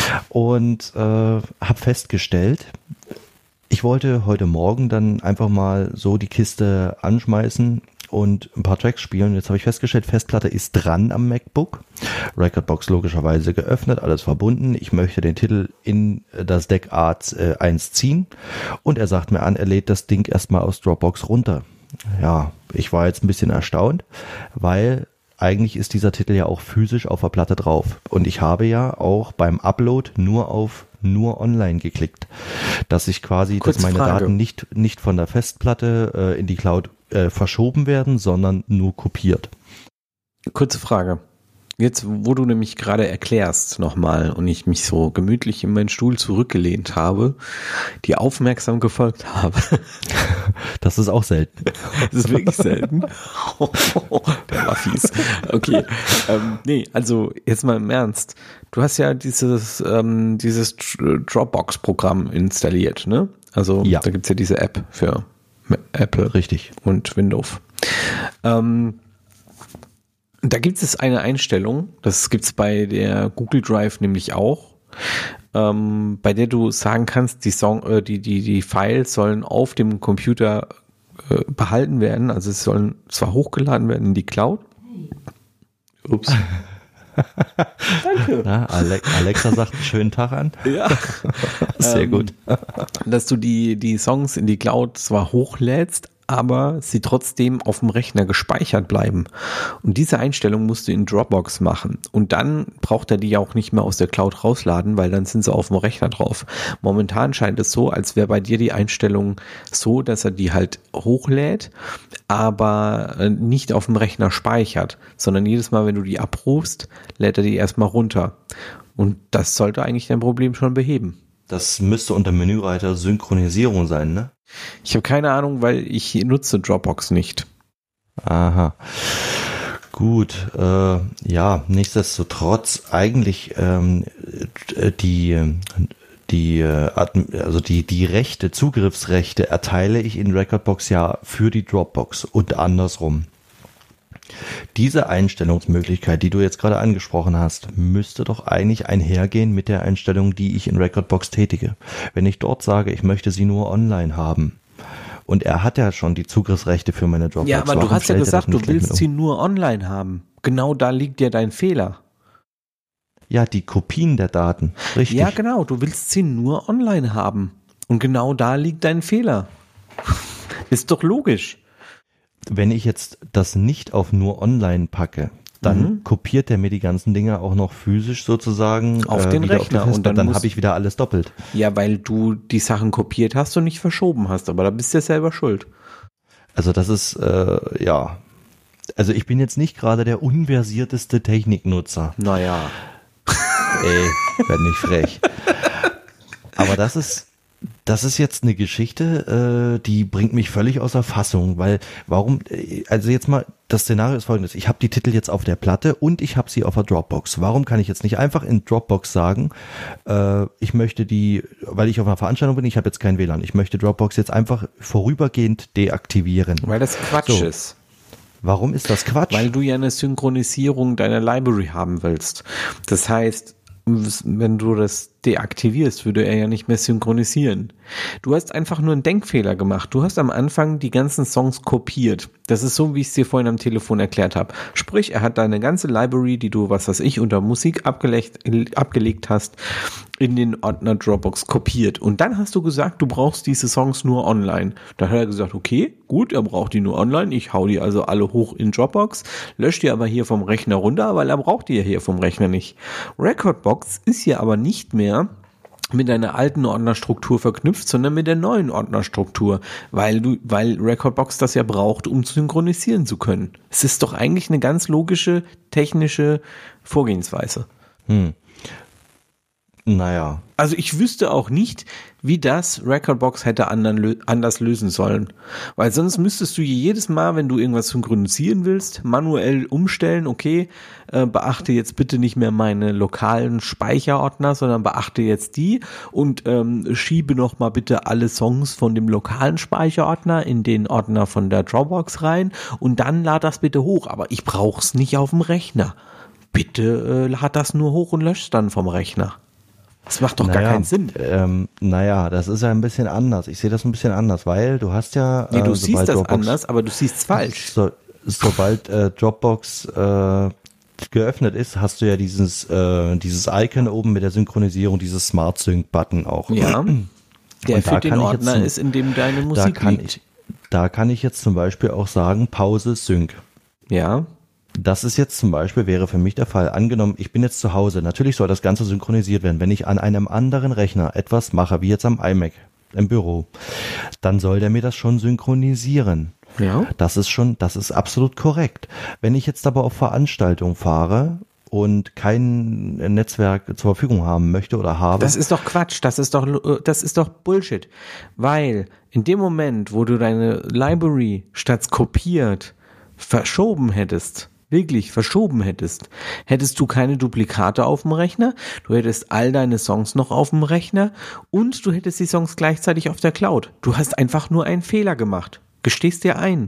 Speaker 3: und äh, habe festgestellt, ich wollte heute Morgen dann einfach mal so die Kiste anschmeißen und ein paar Tracks spielen. Jetzt habe ich festgestellt, Festplatte ist dran am MacBook. Rekordbox logischerweise geöffnet, alles verbunden. Ich möchte den Titel in das Deck A eins ziehen und er sagt mir an, er lädt das Ding erstmal aus Dropbox runter. Ja, ich war jetzt ein bisschen erstaunt, weil eigentlich ist dieser Titel ja auch physisch auf der Platte drauf. Und ich habe ja auch beim Upload nur auf nur online geklickt, dass ich quasi,
Speaker 2: Kurze
Speaker 3: dass meine
Speaker 2: Frage.
Speaker 3: Daten nicht nicht von der Festplatte äh, in die Cloud äh, verschoben werden, sondern nur kopiert.
Speaker 2: Kurze Frage. Jetzt, wo du nämlich gerade erklärst nochmal und ich mich so gemütlich in meinen Stuhl zurückgelehnt habe, die aufmerksam gefolgt habe.
Speaker 3: Das ist auch selten.
Speaker 2: Das ist wirklich selten. Der war fies. Okay. Ähm, nee, also jetzt mal im Ernst. Du hast ja dieses, ähm, dieses Dropbox-Programm installiert, ne? Also
Speaker 3: ja.
Speaker 2: Da gibt's ja diese App für Apple.
Speaker 3: Richtig.
Speaker 2: Und Windows. Ähm, da gibt es eine Einstellung, das gibt es bei der Google Drive nämlich auch, ähm, bei der du sagen kannst, die Song, äh, die, die, die Files sollen auf dem Computer äh, behalten werden, also es sollen zwar hochgeladen werden in die Cloud. Ups. Danke.
Speaker 3: Na, Alexa sagt einen schönen Tag an.
Speaker 2: Ja.
Speaker 3: Sehr
Speaker 2: ähm,
Speaker 3: gut.
Speaker 2: Dass du die, die Songs in die Cloud zwar hochlädst, aber sie trotzdem auf dem Rechner gespeichert bleiben. Und diese Einstellung musst du in Dropbox machen. Und dann braucht er die ja auch nicht mehr aus der Cloud rausladen, weil dann sind sie auf dem Rechner drauf. Momentan scheint es so, als wäre bei dir die Einstellung so, dass er die halt hochlädt, aber nicht auf dem Rechner speichert, sondern jedes Mal, wenn du die abrufst, lädt er die erstmal runter. Und das sollte eigentlich dein Problem schon beheben.
Speaker 3: Das müsste unter Menüreiter Synchronisierung sein, ne?
Speaker 2: Ich habe keine Ahnung, weil ich nutze Dropbox nicht.
Speaker 3: Aha. Gut, äh, ja, nichtsdestotrotz eigentlich ähm, die die also die die Rechte, Zugriffsrechte erteile ich in Rekordbox ja für die Dropbox und andersrum. Diese Einstellungsmöglichkeit, die du jetzt gerade angesprochen hast, müsste doch eigentlich einhergehen mit der Einstellung, die ich in Rekordbox tätige. Wenn ich dort sage, ich möchte sie nur online haben und er hat ja schon die Zugriffsrechte für meine Dropbox.
Speaker 2: Ja, aber du hast ja gesagt, du willst sie nur online haben. Genau da liegt ja dein Fehler.
Speaker 3: Ja, die Kopien der Daten, richtig.
Speaker 2: Ja, genau, du willst sie nur online haben. Und genau da liegt dein Fehler. Ist doch logisch.
Speaker 3: Wenn ich jetzt das nicht auf nur online packe, dann mhm. kopiert der mir die ganzen Dinge auch noch physisch sozusagen
Speaker 2: auf äh, den Rechner
Speaker 3: auf und dann, dann habe ich wieder alles doppelt.
Speaker 2: Ja, weil du die Sachen kopiert hast und nicht verschoben hast, aber da bist du ja selber schuld.
Speaker 3: Also das ist, äh, ja, also ich bin jetzt nicht gerade der unversierteste Techniknutzer.
Speaker 2: Naja.
Speaker 3: Ey, werd nicht frech. Aber das ist Das ist jetzt eine Geschichte, äh, die bringt mich völlig außer Fassung, weil warum, also jetzt mal, das Szenario ist folgendes, ich habe die Titel jetzt auf der Platte und ich habe sie auf der Dropbox. Warum kann ich jetzt nicht einfach in Dropbox sagen, äh, ich möchte die, weil ich auf einer Veranstaltung bin, ich habe jetzt kein W L A N, ich möchte Dropbox jetzt einfach vorübergehend deaktivieren.
Speaker 2: Weil das Quatsch so. ist.
Speaker 3: Warum ist das Quatsch?
Speaker 2: Weil du ja eine Synchronisierung deiner Library haben willst. Das heißt, wenn du das deaktivierst, würde er ja nicht mehr synchronisieren. Du hast einfach nur einen Denkfehler gemacht. Du hast am Anfang die ganzen Songs kopiert. Das ist so, wie ich es dir vorhin am Telefon erklärt habe. Sprich, er hat deine ganze Library, die du, was weiß ich, unter Musik abgelegt, abgelegt hast, in den Ordner Dropbox kopiert. Und dann hast du gesagt, du brauchst diese Songs nur online. Da hat er gesagt, okay, gut, er braucht die nur online. Ich hau die also alle hoch in Dropbox, lösche die aber hier vom Rechner runter, weil er braucht die ja hier vom Rechner nicht. Rekordbox ist hier aber nicht mehr mit deiner alten Ordnerstruktur verknüpft, sondern mit der neuen Ordnerstruktur, weil du, weil Rekordbox das ja braucht, um synchronisieren zu können. Es ist doch eigentlich eine ganz logische technische Vorgehensweise.
Speaker 3: Hm. Naja.
Speaker 2: Also ich wüsste auch nicht, wie das Rekordbox hätte anderen, anders lösen sollen. Weil sonst müsstest du jedes Mal, wenn du irgendwas synchronisieren willst, manuell umstellen, okay, äh, beachte jetzt bitte nicht mehr meine lokalen Speicherordner, sondern beachte jetzt die und ähm, schiebe nochmal bitte alle Songs von dem lokalen Speicherordner in den Ordner von der Dropbox rein und dann lad das bitte hoch. Aber ich brauch's nicht auf dem Rechner. Bitte äh, lad das nur hoch und lösch dann vom Rechner. Das macht doch
Speaker 3: naja,
Speaker 2: gar keinen Sinn.
Speaker 3: Ähm, naja, das ist ja ein bisschen anders. Ich sehe das ein bisschen anders, weil du hast ja...
Speaker 2: Nee, du
Speaker 3: äh,
Speaker 2: siehst das
Speaker 3: Dropbox,
Speaker 2: anders, aber du siehst es falsch.
Speaker 3: So, sobald äh, Dropbox äh, geöffnet ist, hast du ja dieses äh, dieses Icon oben mit der Synchronisierung, dieses Smart Sync Button auch.
Speaker 2: Ja, der
Speaker 3: Und
Speaker 2: für den Ordner
Speaker 3: jetzt,
Speaker 2: ist, in dem deine Musik
Speaker 3: da kann
Speaker 2: liegt.
Speaker 3: Ich, da kann ich jetzt zum Beispiel auch sagen, Pause Sync.
Speaker 2: Ja.
Speaker 3: Das ist jetzt zum Beispiel, wäre für mich der Fall. Angenommen, ich bin jetzt zu Hause. Natürlich soll das Ganze synchronisiert werden. Wenn ich an einem anderen Rechner etwas mache, wie jetzt am iMac im Büro, dann soll der mir das schon synchronisieren.
Speaker 2: Ja.
Speaker 3: Das ist schon, das ist absolut korrekt. Wenn ich jetzt aber auf Veranstaltungen fahre und kein Netzwerk zur Verfügung haben möchte oder habe.
Speaker 2: Das ist doch Quatsch, das ist doch, das ist doch Bullshit. Weil in dem Moment, wo du deine Library statt kopiert verschoben hättest, wirklich verschoben hättest, hättest du keine Duplikate auf dem Rechner, du hättest all deine Songs noch auf dem Rechner und du hättest die Songs gleichzeitig auf der Cloud. Du hast einfach nur einen Fehler gemacht. Gestehst dir ein.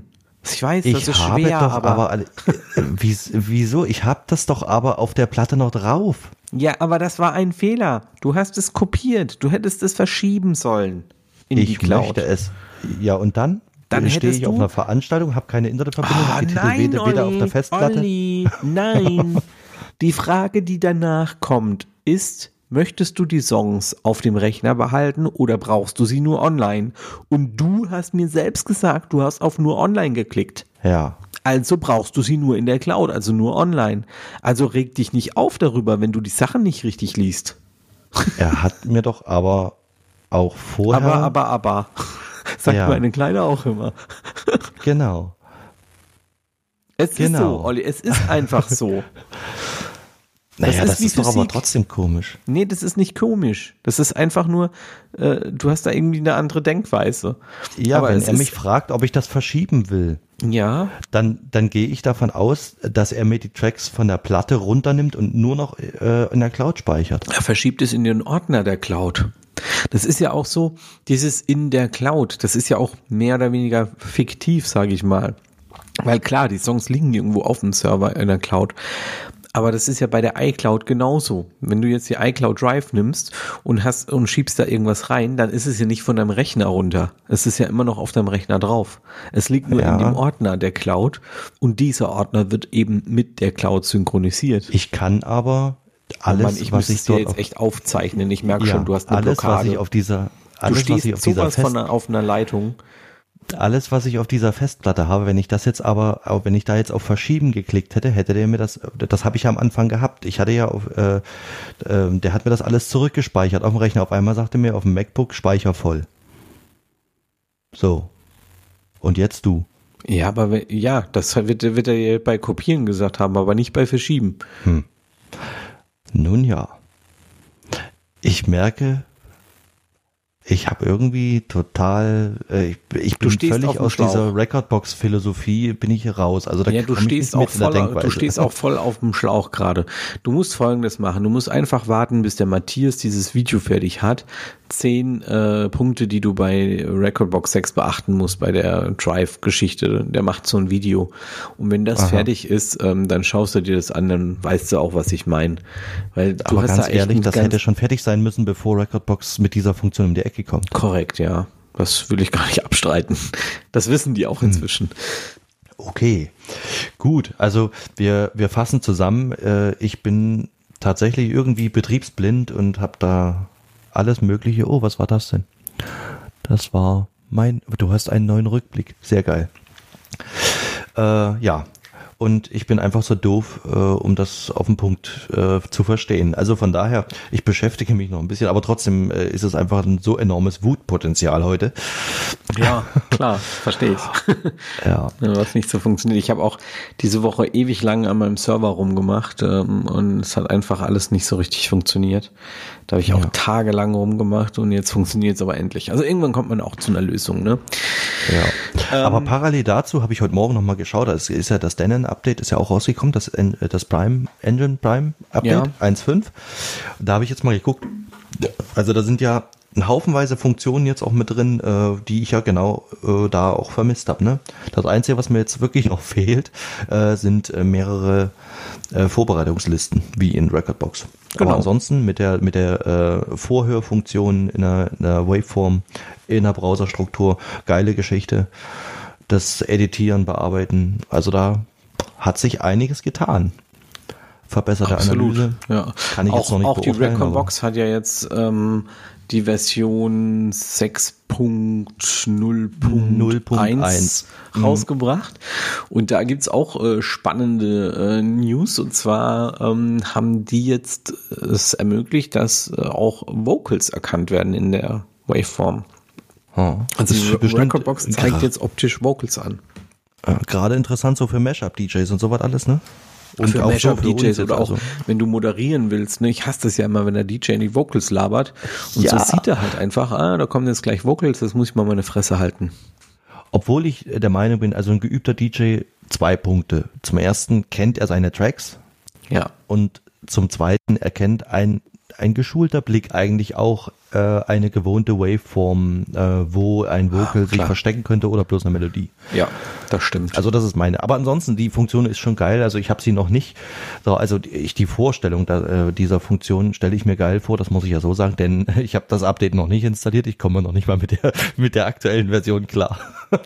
Speaker 2: Ich weiß,
Speaker 3: ich
Speaker 2: das ist
Speaker 3: habe
Speaker 2: schwer,
Speaker 3: doch
Speaker 2: aber,
Speaker 3: aber, alle- äh, wie, wieso? Ich habe das doch aber auf der Platte noch drauf.
Speaker 2: ja, aber das war ein Fehler. Du hast es kopiert. Du hättest es verschieben sollen in die
Speaker 3: Ich
Speaker 2: Cloud.
Speaker 3: möchte es. Ja, und dann?
Speaker 2: Dann
Speaker 3: stehe
Speaker 2: hättest
Speaker 3: ich auf
Speaker 2: du-
Speaker 3: einer Veranstaltung, habe keine Internetverbindung,
Speaker 2: Ah,
Speaker 3: habe die
Speaker 2: nein,
Speaker 3: Titel weder, weder auf
Speaker 2: Olli,
Speaker 3: der Festplatte.
Speaker 2: Olli, nein. Die Frage, die danach kommt, ist, möchtest du die Songs auf dem Rechner behalten oder brauchst du sie nur online? Und du hast mir selbst gesagt, du hast auf nur online geklickt.
Speaker 3: Ja.
Speaker 2: Also brauchst du sie nur in der Cloud, also nur online. Also reg dich nicht auf darüber, wenn du die Sachen nicht richtig liest.
Speaker 3: Er hat mir doch aber auch vorher.
Speaker 2: Aber, aber, aber. Sagt
Speaker 3: Ja.
Speaker 2: meine Kleine auch immer.
Speaker 3: Genau.
Speaker 2: Es
Speaker 3: Genau.
Speaker 2: ist so, Olli, es ist einfach so.
Speaker 3: Naja,
Speaker 2: ist
Speaker 3: das
Speaker 2: wie
Speaker 3: ist doch aber
Speaker 2: Physik.
Speaker 3: trotzdem komisch.
Speaker 2: Nee, das ist nicht komisch. Das ist einfach nur, äh, du hast da irgendwie eine andere Denkweise.
Speaker 3: Ja,
Speaker 2: Aber
Speaker 3: wenn
Speaker 2: es
Speaker 3: er
Speaker 2: ist-
Speaker 3: mich fragt, ob ich das verschieben will,
Speaker 2: Ja,
Speaker 3: dann, dann gehe ich davon aus, dass er mir die Tracks von der Platte runternimmt und nur noch äh, in der Cloud speichert.
Speaker 2: er verschiebt es in den Ordner der Cloud. Das ist ja auch so, dieses in der Cloud, das ist ja auch mehr oder weniger fiktiv, sage ich mal. Weil klar, die Songs liegen irgendwo auf dem Server in der Cloud. Aber das ist ja bei der iCloud genauso. Wenn du jetzt die iCloud Drive nimmst und hast und schiebst da irgendwas rein, dann ist es ja nicht von deinem Rechner runter. Es ist ja immer noch auf deinem Rechner drauf. Es liegt nur
Speaker 3: Ja.
Speaker 2: in dem Ordner der Cloud und dieser Ordner wird eben mit der Cloud synchronisiert.
Speaker 3: Ich kann aber alles,
Speaker 2: Oh Mann, ich
Speaker 3: was
Speaker 2: müsste
Speaker 3: ich
Speaker 2: es dir
Speaker 3: dort
Speaker 2: jetzt
Speaker 3: auf,
Speaker 2: echt aufzeichnen. Ich merke
Speaker 3: ja,
Speaker 2: schon, du hast eine
Speaker 3: alles,
Speaker 2: Blockade.
Speaker 3: was ich auf dieser,
Speaker 2: du
Speaker 3: alles, was
Speaker 2: stehst
Speaker 3: ich auf dieser
Speaker 2: sowas
Speaker 3: Fest,
Speaker 2: von einer, auf einer Leitung.
Speaker 3: alles, was ich auf dieser Festplatte habe, wenn ich das jetzt aber, auch wenn ich da jetzt auf Verschieben geklickt hätte, hätte der mir das, das habe ich ja am Anfang gehabt. Ich hatte ja auf, äh, äh, der hat mir das alles zurückgespeichert auf dem Rechner. Auf einmal sagte mir auf dem MacBook Speicher voll. So. Und jetzt du.
Speaker 2: Ja, aber wenn, ja, das wird, wird er ja bei Kopieren gesagt haben, aber nicht bei Verschieben.
Speaker 3: Nun ja. Ich merke, ich habe irgendwie total, äh, ich, ich bin
Speaker 2: stehst auf
Speaker 3: völlig
Speaker 2: dem
Speaker 3: aus
Speaker 2: Schlauch.
Speaker 3: dieser Recordbox-Philosophie, bin ich hier raus. Also da
Speaker 2: Ja, du
Speaker 3: komm ich
Speaker 2: stehst,
Speaker 3: nicht
Speaker 2: auch
Speaker 3: mit in der
Speaker 2: voll,
Speaker 3: Denkweise.
Speaker 2: du stehst auch voll auf dem Schlauch gerade. Du musst Folgendes machen. Du musst einfach warten, bis der Matthias dieses Video fertig hat. Zehn äh, Punkte, die du bei Recordbox sechs beachten musst bei der Drive-Geschichte. Der macht so ein Video. Und wenn das
Speaker 3: Aha.
Speaker 2: fertig ist, ähm, dann schaust du dir das an, dann weißt du auch, was ich meine. Weil du
Speaker 3: Aber
Speaker 2: hast
Speaker 3: ganz
Speaker 2: da echt
Speaker 3: ehrlich,
Speaker 2: ein
Speaker 3: das
Speaker 2: ganz
Speaker 3: hätte schon fertig sein müssen, bevor Recordbox mit dieser Funktion um die Ecke kommt.
Speaker 2: korrekt, ja. Das will ich gar nicht abstreiten. Das wissen die auch inzwischen.
Speaker 3: Okay, gut. Also wir, wir fassen zusammen. Äh, ich bin tatsächlich irgendwie betriebsblind und habe da alles Mögliche. Oh, was war das denn? Das war mein, du hast einen neuen Rückblick. Sehr geil. Äh, ja. Und ich bin einfach so doof, äh, um das auf den Punkt äh, zu verstehen. Also von daher, ich beschäftige mich noch ein bisschen, aber trotzdem äh, ist es einfach ein so enormes Wutpotenzial heute.
Speaker 2: Ja, klar, verstehe ich.
Speaker 3: Ja.
Speaker 2: Was nicht so funktioniert. Ich habe auch diese Woche ewig lang an meinem Server rumgemacht ähm, und es hat einfach alles nicht so richtig funktioniert. Da habe ich auch
Speaker 3: Ja.
Speaker 2: tagelang rumgemacht und jetzt funktioniert es aber endlich. Also irgendwann kommt man auch zu einer Lösung, ne?
Speaker 3: Ja. Aber parallel dazu habe ich heute Morgen nochmal geschaut, es ist ja das Denon-Update ist ja auch rausgekommen, das, En- das Prime, Engine Prime Update
Speaker 2: Ja.
Speaker 3: eins Punkt fünf. Da habe ich jetzt mal geguckt. Also da sind ja ein Haufenweise Funktionen jetzt auch mit drin, äh, die ich ja genau äh, da auch vermisst habe. Ne? Das Einzige, was mir jetzt wirklich noch fehlt, äh, sind äh, mehrere äh, Vorbereitungslisten, wie in Recordbox.
Speaker 2: Genau.
Speaker 3: Aber ansonsten mit der mit der äh, Vorhörfunktion in einer, in einer Waveform, in einer Browserstruktur, geile Geschichte. Das Editieren, Bearbeiten, also da hat sich einiges getan. Verbesserte Analyse.
Speaker 2: Ja.
Speaker 3: Kann ich
Speaker 2: auch,
Speaker 3: jetzt noch nicht
Speaker 2: auch die
Speaker 3: beurteilen,
Speaker 2: Recordbox hat ja jetzt ähm, die Version sechs Punkt null Punkt eins rausgebracht. Und da gibt's auch äh, spannende äh, News. Und zwar ähm, haben die jetzt es ermöglicht, dass äh, auch Vocals erkannt werden in der Waveform.
Speaker 3: Oh,
Speaker 2: Also
Speaker 3: das ist
Speaker 2: die
Speaker 3: bestimmt
Speaker 2: Recordbox zeigt
Speaker 3: gra-
Speaker 2: jetzt optisch Vocals an.
Speaker 3: äh, gerade interessant so für Mashup-D Js und sowas alles, ne? Und
Speaker 2: für
Speaker 3: auch so
Speaker 2: Mashup-D
Speaker 3: für
Speaker 2: Js
Speaker 3: uns jetzt,
Speaker 2: oder auch,
Speaker 3: also.
Speaker 2: wenn du moderieren willst. Ne? Ich hasse das ja immer, wenn der D J in die Vocals labert. Und
Speaker 3: Ja.
Speaker 2: so sieht er halt einfach, ah, da kommen jetzt gleich Vocals, das muss ich mal meine Fresse halten.
Speaker 3: Obwohl ich der Meinung bin, also ein geübter D J, zwei Punkte. Zum ersten kennt er seine Tracks
Speaker 2: Ja.
Speaker 3: und zum zweiten erkennt ein, ein geschulter Blick eigentlich auch, äh, eine gewohnte Waveform, äh, wo ein Vocal
Speaker 2: ah,
Speaker 3: sich verstecken könnte oder bloß eine Melodie.
Speaker 2: Ja, das stimmt.
Speaker 3: Also das ist meine. Aber ansonsten, die Funktion ist schon geil. Also ich habe sie noch nicht. Also ich die Vorstellung da, äh, dieser Funktion stelle ich mir geil vor. Das muss ich ja so sagen, denn ich habe das Update noch nicht installiert. Ich komme noch nicht mal mit der mit der aktuellen Version klar.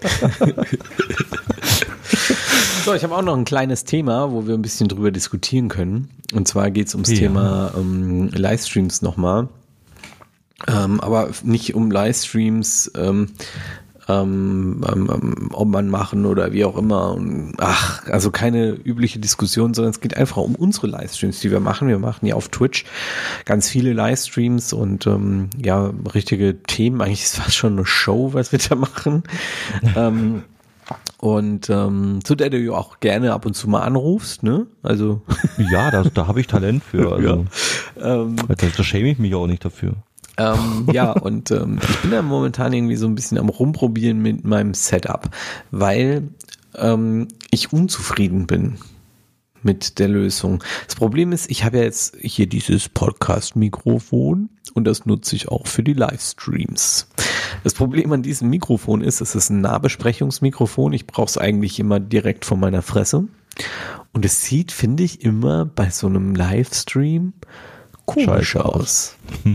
Speaker 2: So, ich habe auch noch ein kleines Thema, wo wir ein bisschen drüber diskutieren können. Und zwar geht es ums
Speaker 3: ja.
Speaker 2: Thema ähm, Livestreams nochmal. Ähm, aber nicht um Livestreams, ähm, ähm, ähm, ob man machen oder wie auch immer. Und, ach, also keine übliche Diskussion, sondern es geht einfach um unsere Livestreams, die wir machen. Wir machen ja auf Twitch ganz viele Livestreams und ähm, ja, richtige Themen. Eigentlich ist es fast schon eine Show, was wir da machen. ähm, Und ähm, zu der du ja auch gerne ab und zu mal anrufst, ne? Also
Speaker 3: ja, da, da habe ich Talent für. Also
Speaker 2: ja. ähm,
Speaker 3: da, da schäme ich mich auch nicht dafür.
Speaker 2: ähm, ja, und ähm, ich bin ja momentan irgendwie so ein bisschen am Rumprobieren mit meinem Setup, weil ähm, ich unzufrieden bin mit der Lösung. Das Problem ist, ich habe ja jetzt hier dieses Podcast-Mikrofon und das nutze ich auch für die Livestreams. Das Problem an diesem Mikrofon ist, es ist ein Nahbesprechungsmikrofon. Ich brauche es eigentlich immer direkt vor meiner Fresse. Und es sieht, finde ich, immer bei so einem Livestream komisch
Speaker 3: Scheiße
Speaker 2: aus.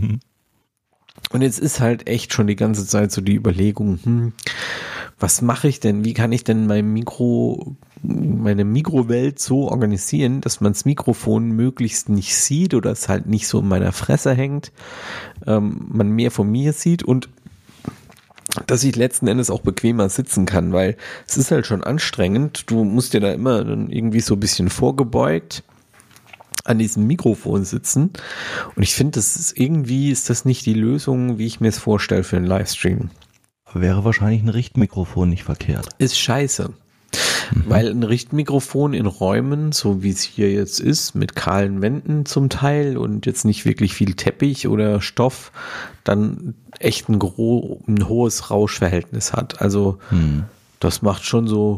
Speaker 2: Und jetzt ist halt echt schon die ganze Zeit so die Überlegung, hm, was mache ich denn? Wie kann ich denn mein Mikro, meine Mikrowelt so organisieren, dass man das Mikrofon möglichst nicht sieht oder es halt nicht so in meiner Fresse hängt, ähm, man mehr von mir sieht und dass ich letzten Endes auch bequemer sitzen kann, weil es ist halt schon anstrengend. Du musst dir da immer dann irgendwie so ein bisschen vorgebeugt an diesem Mikrofon sitzen. Und ich finde, das ist irgendwie, ist das nicht die Lösung, wie ich mir es vorstelle für einen Livestream.
Speaker 3: Wäre wahrscheinlich ein Richtmikrofon nicht verkehrt.
Speaker 2: Ist scheiße. Mhm. Weil ein Richtmikrofon in Räumen, so wie es hier jetzt ist, mit kahlen Wänden zum Teil und jetzt nicht wirklich viel Teppich oder Stoff, dann echt ein, gro- ein hohes Rauschverhältnis hat. Also mhm. das macht schon so...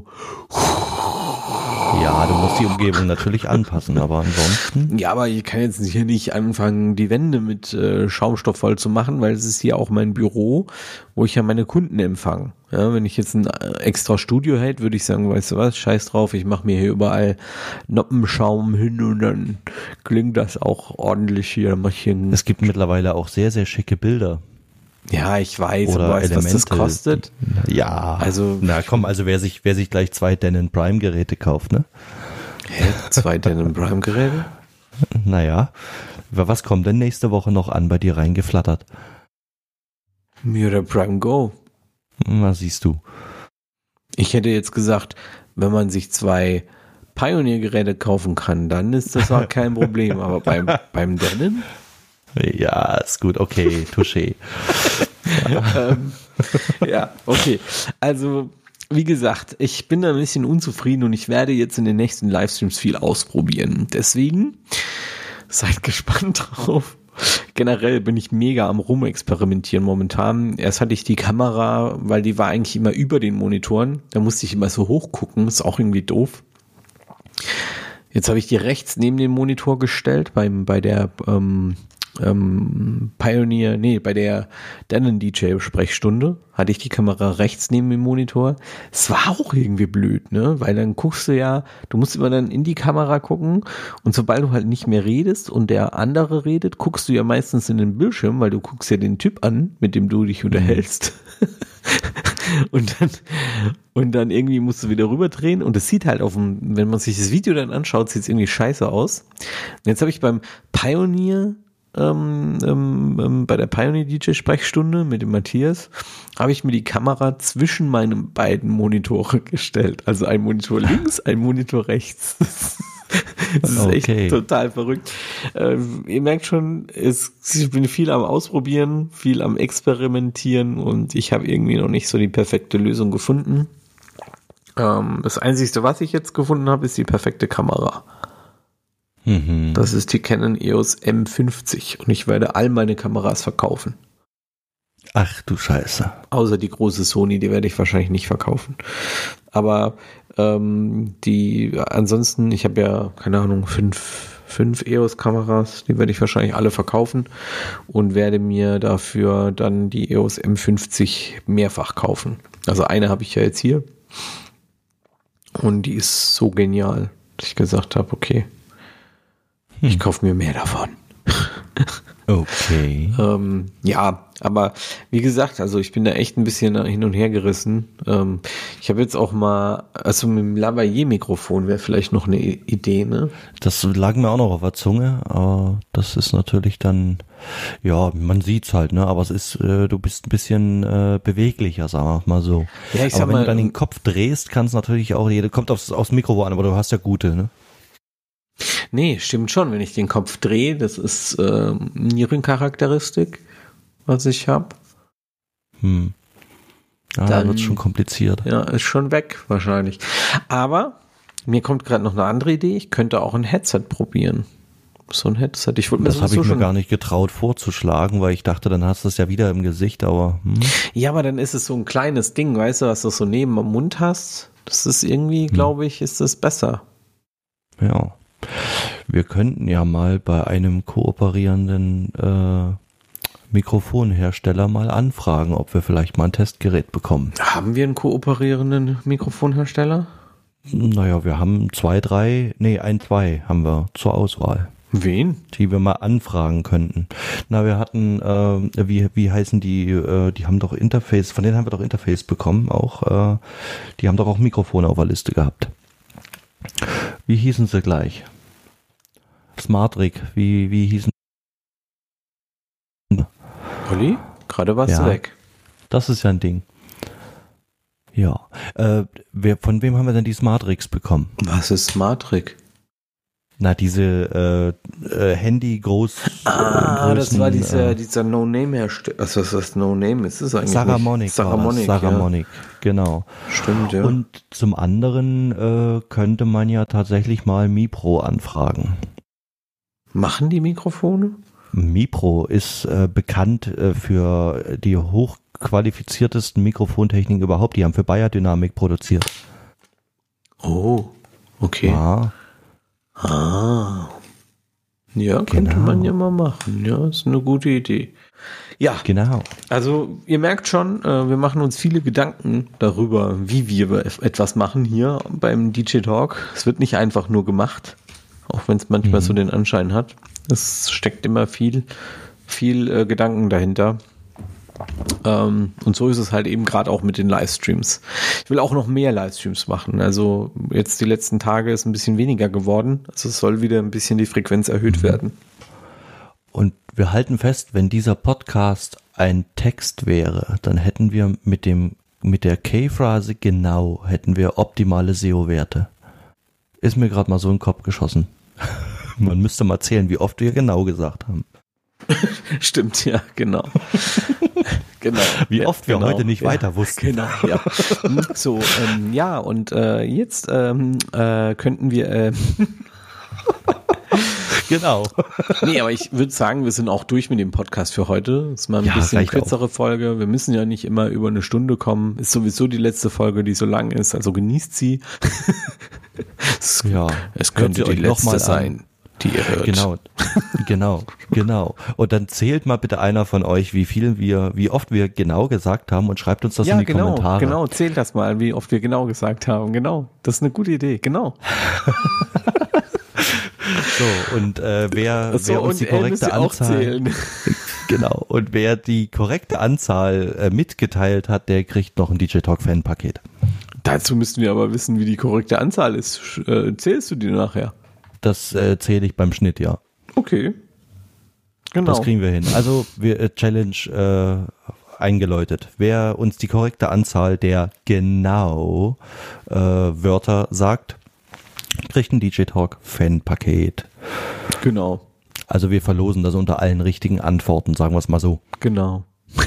Speaker 3: Ja, du musst die Umgebung natürlich anpassen, aber ansonsten...
Speaker 2: Ja, aber ich kann jetzt hier nicht anfangen, die Wände mit äh, Schaumstoff voll zu machen, weil es ist hier auch mein Büro, wo ich ja meine Kunden empfange. Ja, wenn ich jetzt ein extra Studio hätte, würde ich sagen, weißt du was, scheiß drauf, ich mache mir hier überall Noppenschaum hin und dann klingt das auch ordentlich hier. Dann mach ich hier
Speaker 3: es gibt mittlerweile auch sehr, sehr schicke Bilder.
Speaker 2: Ja, ich weiß,
Speaker 3: oder
Speaker 2: aber weißt,
Speaker 3: Elemente,
Speaker 2: was das kostet?
Speaker 3: Ja,
Speaker 2: also
Speaker 3: na komm, also wer sich wer sich gleich zwei Denon Prime Geräte kauft, ne?
Speaker 2: Hä? Zwei Denon Prime Geräte?
Speaker 3: Naja, was kommt denn nächste Woche noch an bei dir reingeflattert?
Speaker 2: Mir der Prime Go.
Speaker 3: Was siehst du?
Speaker 2: Ich hätte jetzt gesagt, wenn man sich zwei Pioneer-Geräte kaufen kann, dann ist das auch kein Problem. Aber beim, beim Denon?
Speaker 3: Ja, ist gut, okay, touché.
Speaker 2: ja. ähm, ja, okay. Also, wie gesagt, ich bin da ein bisschen unzufrieden und ich werde jetzt in den nächsten Livestreams viel ausprobieren. Deswegen seid gespannt drauf. Generell bin ich mega am Rumexperimentieren momentan. Erst hatte ich die Kamera, weil die war eigentlich immer über den Monitoren. Da musste ich immer so hochgucken, ist auch irgendwie doof. Jetzt habe ich die rechts neben den Monitor gestellt, beim, bei der ähm, ähm, Pioneer, nee, bei der Denon D J Sprechstunde hatte ich die Kamera rechts neben dem Monitor. Es war auch irgendwie blöd, ne, weil dann guckst du ja, du musst immer dann in die Kamera gucken und sobald du halt nicht mehr redest und der andere redet, guckst du ja meistens in den Bildschirm, weil du guckst ja den Typ an, mit dem du dich unterhältst. Und dann, und dann irgendwie musst du wieder rüberdrehen und es sieht halt auf dem, wenn man sich das Video dann anschaut, sieht es irgendwie scheiße aus. Und jetzt habe ich beim Pioneer, ähm, ähm, bei der Pioneer D J Sprechstunde mit dem Matthias, habe ich mir die Kamera zwischen meinen beiden Monitore gestellt. Also ein Monitor links, ein Monitor rechts. Das ist echt okay. Total verrückt. Äh, ihr merkt schon, es, ich bin viel am Ausprobieren, viel am Experimentieren und ich habe irgendwie noch nicht so die perfekte Lösung gefunden. Ähm, das Einzige, was ich jetzt gefunden habe, ist die perfekte Kamera. Mhm. Das ist die Canon E O S M fünfzig und ich werde all meine Kameras verkaufen.
Speaker 3: Ach du Scheiße.
Speaker 2: Außer die große Sony, die werde ich wahrscheinlich nicht verkaufen. aber ähm, die ansonsten, ich habe ja, keine Ahnung, fünf fünf E O S-Kameras, die werde ich wahrscheinlich alle verkaufen und werde mir dafür dann die E O S M fünfzig mehrfach kaufen. Also eine habe ich ja jetzt hier und die ist so genial, dass ich gesagt habe, okay, hm. ich kaufe mir mehr davon.
Speaker 3: Okay.
Speaker 2: ähm, ja, aber wie gesagt, also ich bin da echt ein bisschen hin und her gerissen. Ähm, ich habe jetzt auch mal, also mit dem Lavalier-Mikrofon wäre vielleicht noch eine Idee, ne?
Speaker 3: Das lag mir auch noch auf der Zunge, aber das ist natürlich dann, ja, man sieht's halt, ne? Aber es ist, äh, du bist ein bisschen äh, beweglicher, sagen wir mal so.
Speaker 2: Ja, ich sag
Speaker 3: aber wenn
Speaker 2: mal,
Speaker 3: du dann den Kopf drehst, kann es natürlich auch, jeder kommt aufs, aufs Mikro an, aber du hast ja gute, ne?
Speaker 2: Nee, stimmt schon, wenn ich den Kopf drehe, das ist äh, Nierencharakteristik, was ich habe.
Speaker 3: Hm. Ja, dann wird es schon kompliziert.
Speaker 2: Ja, ist schon weg wahrscheinlich. Aber mir kommt gerade noch eine andere Idee, ich könnte auch ein Headset probieren. So ein Headset. Ich wollte mir
Speaker 3: das habe ich mir
Speaker 2: schon
Speaker 3: gar nicht getraut vorzuschlagen, weil ich dachte, dann hast du es ja wieder im Gesicht, aber hm.
Speaker 2: Ja, aber dann ist es so ein kleines Ding, weißt du, was du so neben am Mund hast. Das ist irgendwie, hm. glaube ich, ist das besser.
Speaker 3: Ja. Wir könnten ja mal bei einem kooperierenden äh, Mikrofonhersteller mal anfragen, ob wir vielleicht mal ein Testgerät bekommen.
Speaker 2: Haben wir einen kooperierenden Mikrofonhersteller?
Speaker 3: Naja, wir haben zwei, drei, nee, ein, zwei haben wir zur Auswahl.
Speaker 2: Wen?
Speaker 3: Die wir mal anfragen könnten. Na, wir hatten, äh, wie wie heißen die, äh, die haben doch Interface, von denen haben wir doch Interface bekommen, auch, äh, die haben doch auch Mikrofone auf der Liste gehabt. Wie hießen sie gleich? Smartrick, wie, wie hießen
Speaker 2: Olli, gerade warst
Speaker 3: ja,
Speaker 2: du weg.
Speaker 3: Das ist ja ein Ding. Ja. Äh, wer, von wem haben wir denn die Smartricks bekommen?
Speaker 2: Was ist Smartrick?
Speaker 3: Na, diese äh, äh, Handy groß.
Speaker 2: Ah,
Speaker 3: äh, Größen,
Speaker 2: das war dieser,
Speaker 3: äh,
Speaker 2: dieser No-Name-Hersteller. Was ist das No-Name? Ist das eigentlich?
Speaker 3: Saramonic.
Speaker 2: Saramonic,
Speaker 3: Saramonic,
Speaker 2: ja.
Speaker 3: Genau.
Speaker 2: Stimmt, ja.
Speaker 3: Und zum anderen äh, könnte man ja tatsächlich mal Mipro anfragen.
Speaker 2: Machen die Mikrofone?
Speaker 3: Mipro ist äh, bekannt äh, für die hochqualifiziertesten Mikrofontechniken überhaupt. Die haben für Bayer Dynamic produziert.
Speaker 2: Oh, okay.
Speaker 3: Ja.
Speaker 2: Ah. Ja, könnte
Speaker 3: genau.
Speaker 2: man ja mal machen. Ja, ist eine gute Idee. Ja,
Speaker 3: genau.
Speaker 2: Also ihr merkt schon, äh, wir machen uns viele Gedanken darüber, wie wir etwas machen hier beim D J Talk. Es wird nicht einfach nur gemacht, auch wenn es manchmal mhm. so den Anschein hat. Es steckt immer viel, viel äh, Gedanken dahinter. Ähm, und so ist es halt eben gerade auch mit den Livestreams. Ich will auch noch mehr Livestreams machen. Also jetzt die letzten Tage ist ein bisschen weniger geworden. Also es soll wieder ein bisschen die Frequenz erhöht mhm. werden.
Speaker 3: Und wir halten fest, wenn dieser Podcast ein Text wäre, dann hätten wir mit dem mit der K-Phrase genau, hätten wir optimale S E O-Werte. Ist mir gerade mal so in den Kopf geschossen. Man müsste mal zählen, wie oft wir genau gesagt haben.
Speaker 2: Stimmt, ja, genau. genau.
Speaker 3: Wie
Speaker 2: ja,
Speaker 3: oft wir
Speaker 2: genau,
Speaker 3: heute nicht
Speaker 2: ja,
Speaker 3: weiter wussten.
Speaker 2: Genau, ja. So, ähm, ja, und äh, jetzt ähm, äh, könnten wir äh,
Speaker 3: Genau.
Speaker 2: Nee, aber ich würde sagen, wir sind auch durch mit dem Podcast für heute. Das ist mal ein ja, bisschen kürzere auch. Folge. Wir müssen ja nicht immer über eine Stunde kommen. Ist sowieso die letzte Folge, die so lang ist. Also genießt sie. es,
Speaker 3: ja,
Speaker 2: es könnte die letzte sein, die ihr hört.
Speaker 3: Genau, genau, genau. Und dann zählt mal bitte einer von euch, wie viel wir, wie oft wir genau gesagt haben und schreibt uns das
Speaker 2: ja,
Speaker 3: in die
Speaker 2: genau,
Speaker 3: Kommentare.
Speaker 2: Genau, zählt das mal, wie oft wir genau gesagt haben. Genau, das ist eine gute Idee. Genau.
Speaker 3: So, und äh, wer,
Speaker 2: so,
Speaker 3: wer uns
Speaker 2: und
Speaker 3: die korrekte Anzahl genau, und wer die korrekte Anzahl äh, mitgeteilt hat, der kriegt noch ein D J Talk Fan Paket.
Speaker 2: Dazu müssten wir aber wissen, wie die korrekte Anzahl ist. Äh, zählst du die nachher?
Speaker 3: Das äh, zähle ich beim Schnitt, ja.
Speaker 2: Okay. Genau.
Speaker 3: Das kriegen wir hin. Also wir äh, Challenge äh, eingeläutet. Wer uns die korrekte Anzahl der genau äh, Wörter sagt, kriegt ein D J Talk Fan Paket.
Speaker 2: Genau.
Speaker 3: Also wir verlosen das unter allen richtigen Antworten, sagen wir es mal so.
Speaker 2: Genau.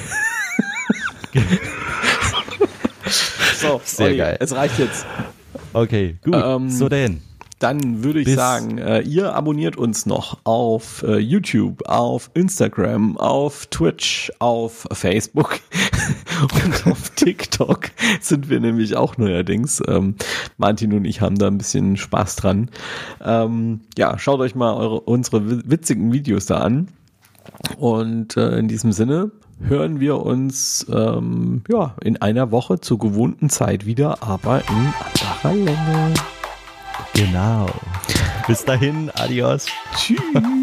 Speaker 2: So,
Speaker 3: sehr Olli, geil.
Speaker 2: Es reicht jetzt.
Speaker 3: Okay, gut. Ähm, so denn.
Speaker 2: Dann würde ich Bis sagen, äh, ihr abonniert uns noch auf äh, YouTube, auf Instagram, auf Twitch, auf Facebook und auf TikTok sind wir nämlich auch neuerdings. Ähm, Martin und ich haben da ein bisschen Spaß dran. Ähm, ja, schaut euch mal eure, unsere witzigen Videos da an. Und äh, in diesem Sinne hören wir uns ähm, ja, in einer Woche zur gewohnten Zeit wieder, aber in anderer Länge.
Speaker 3: Genau. Bis dahin, adios.
Speaker 2: Tschüss.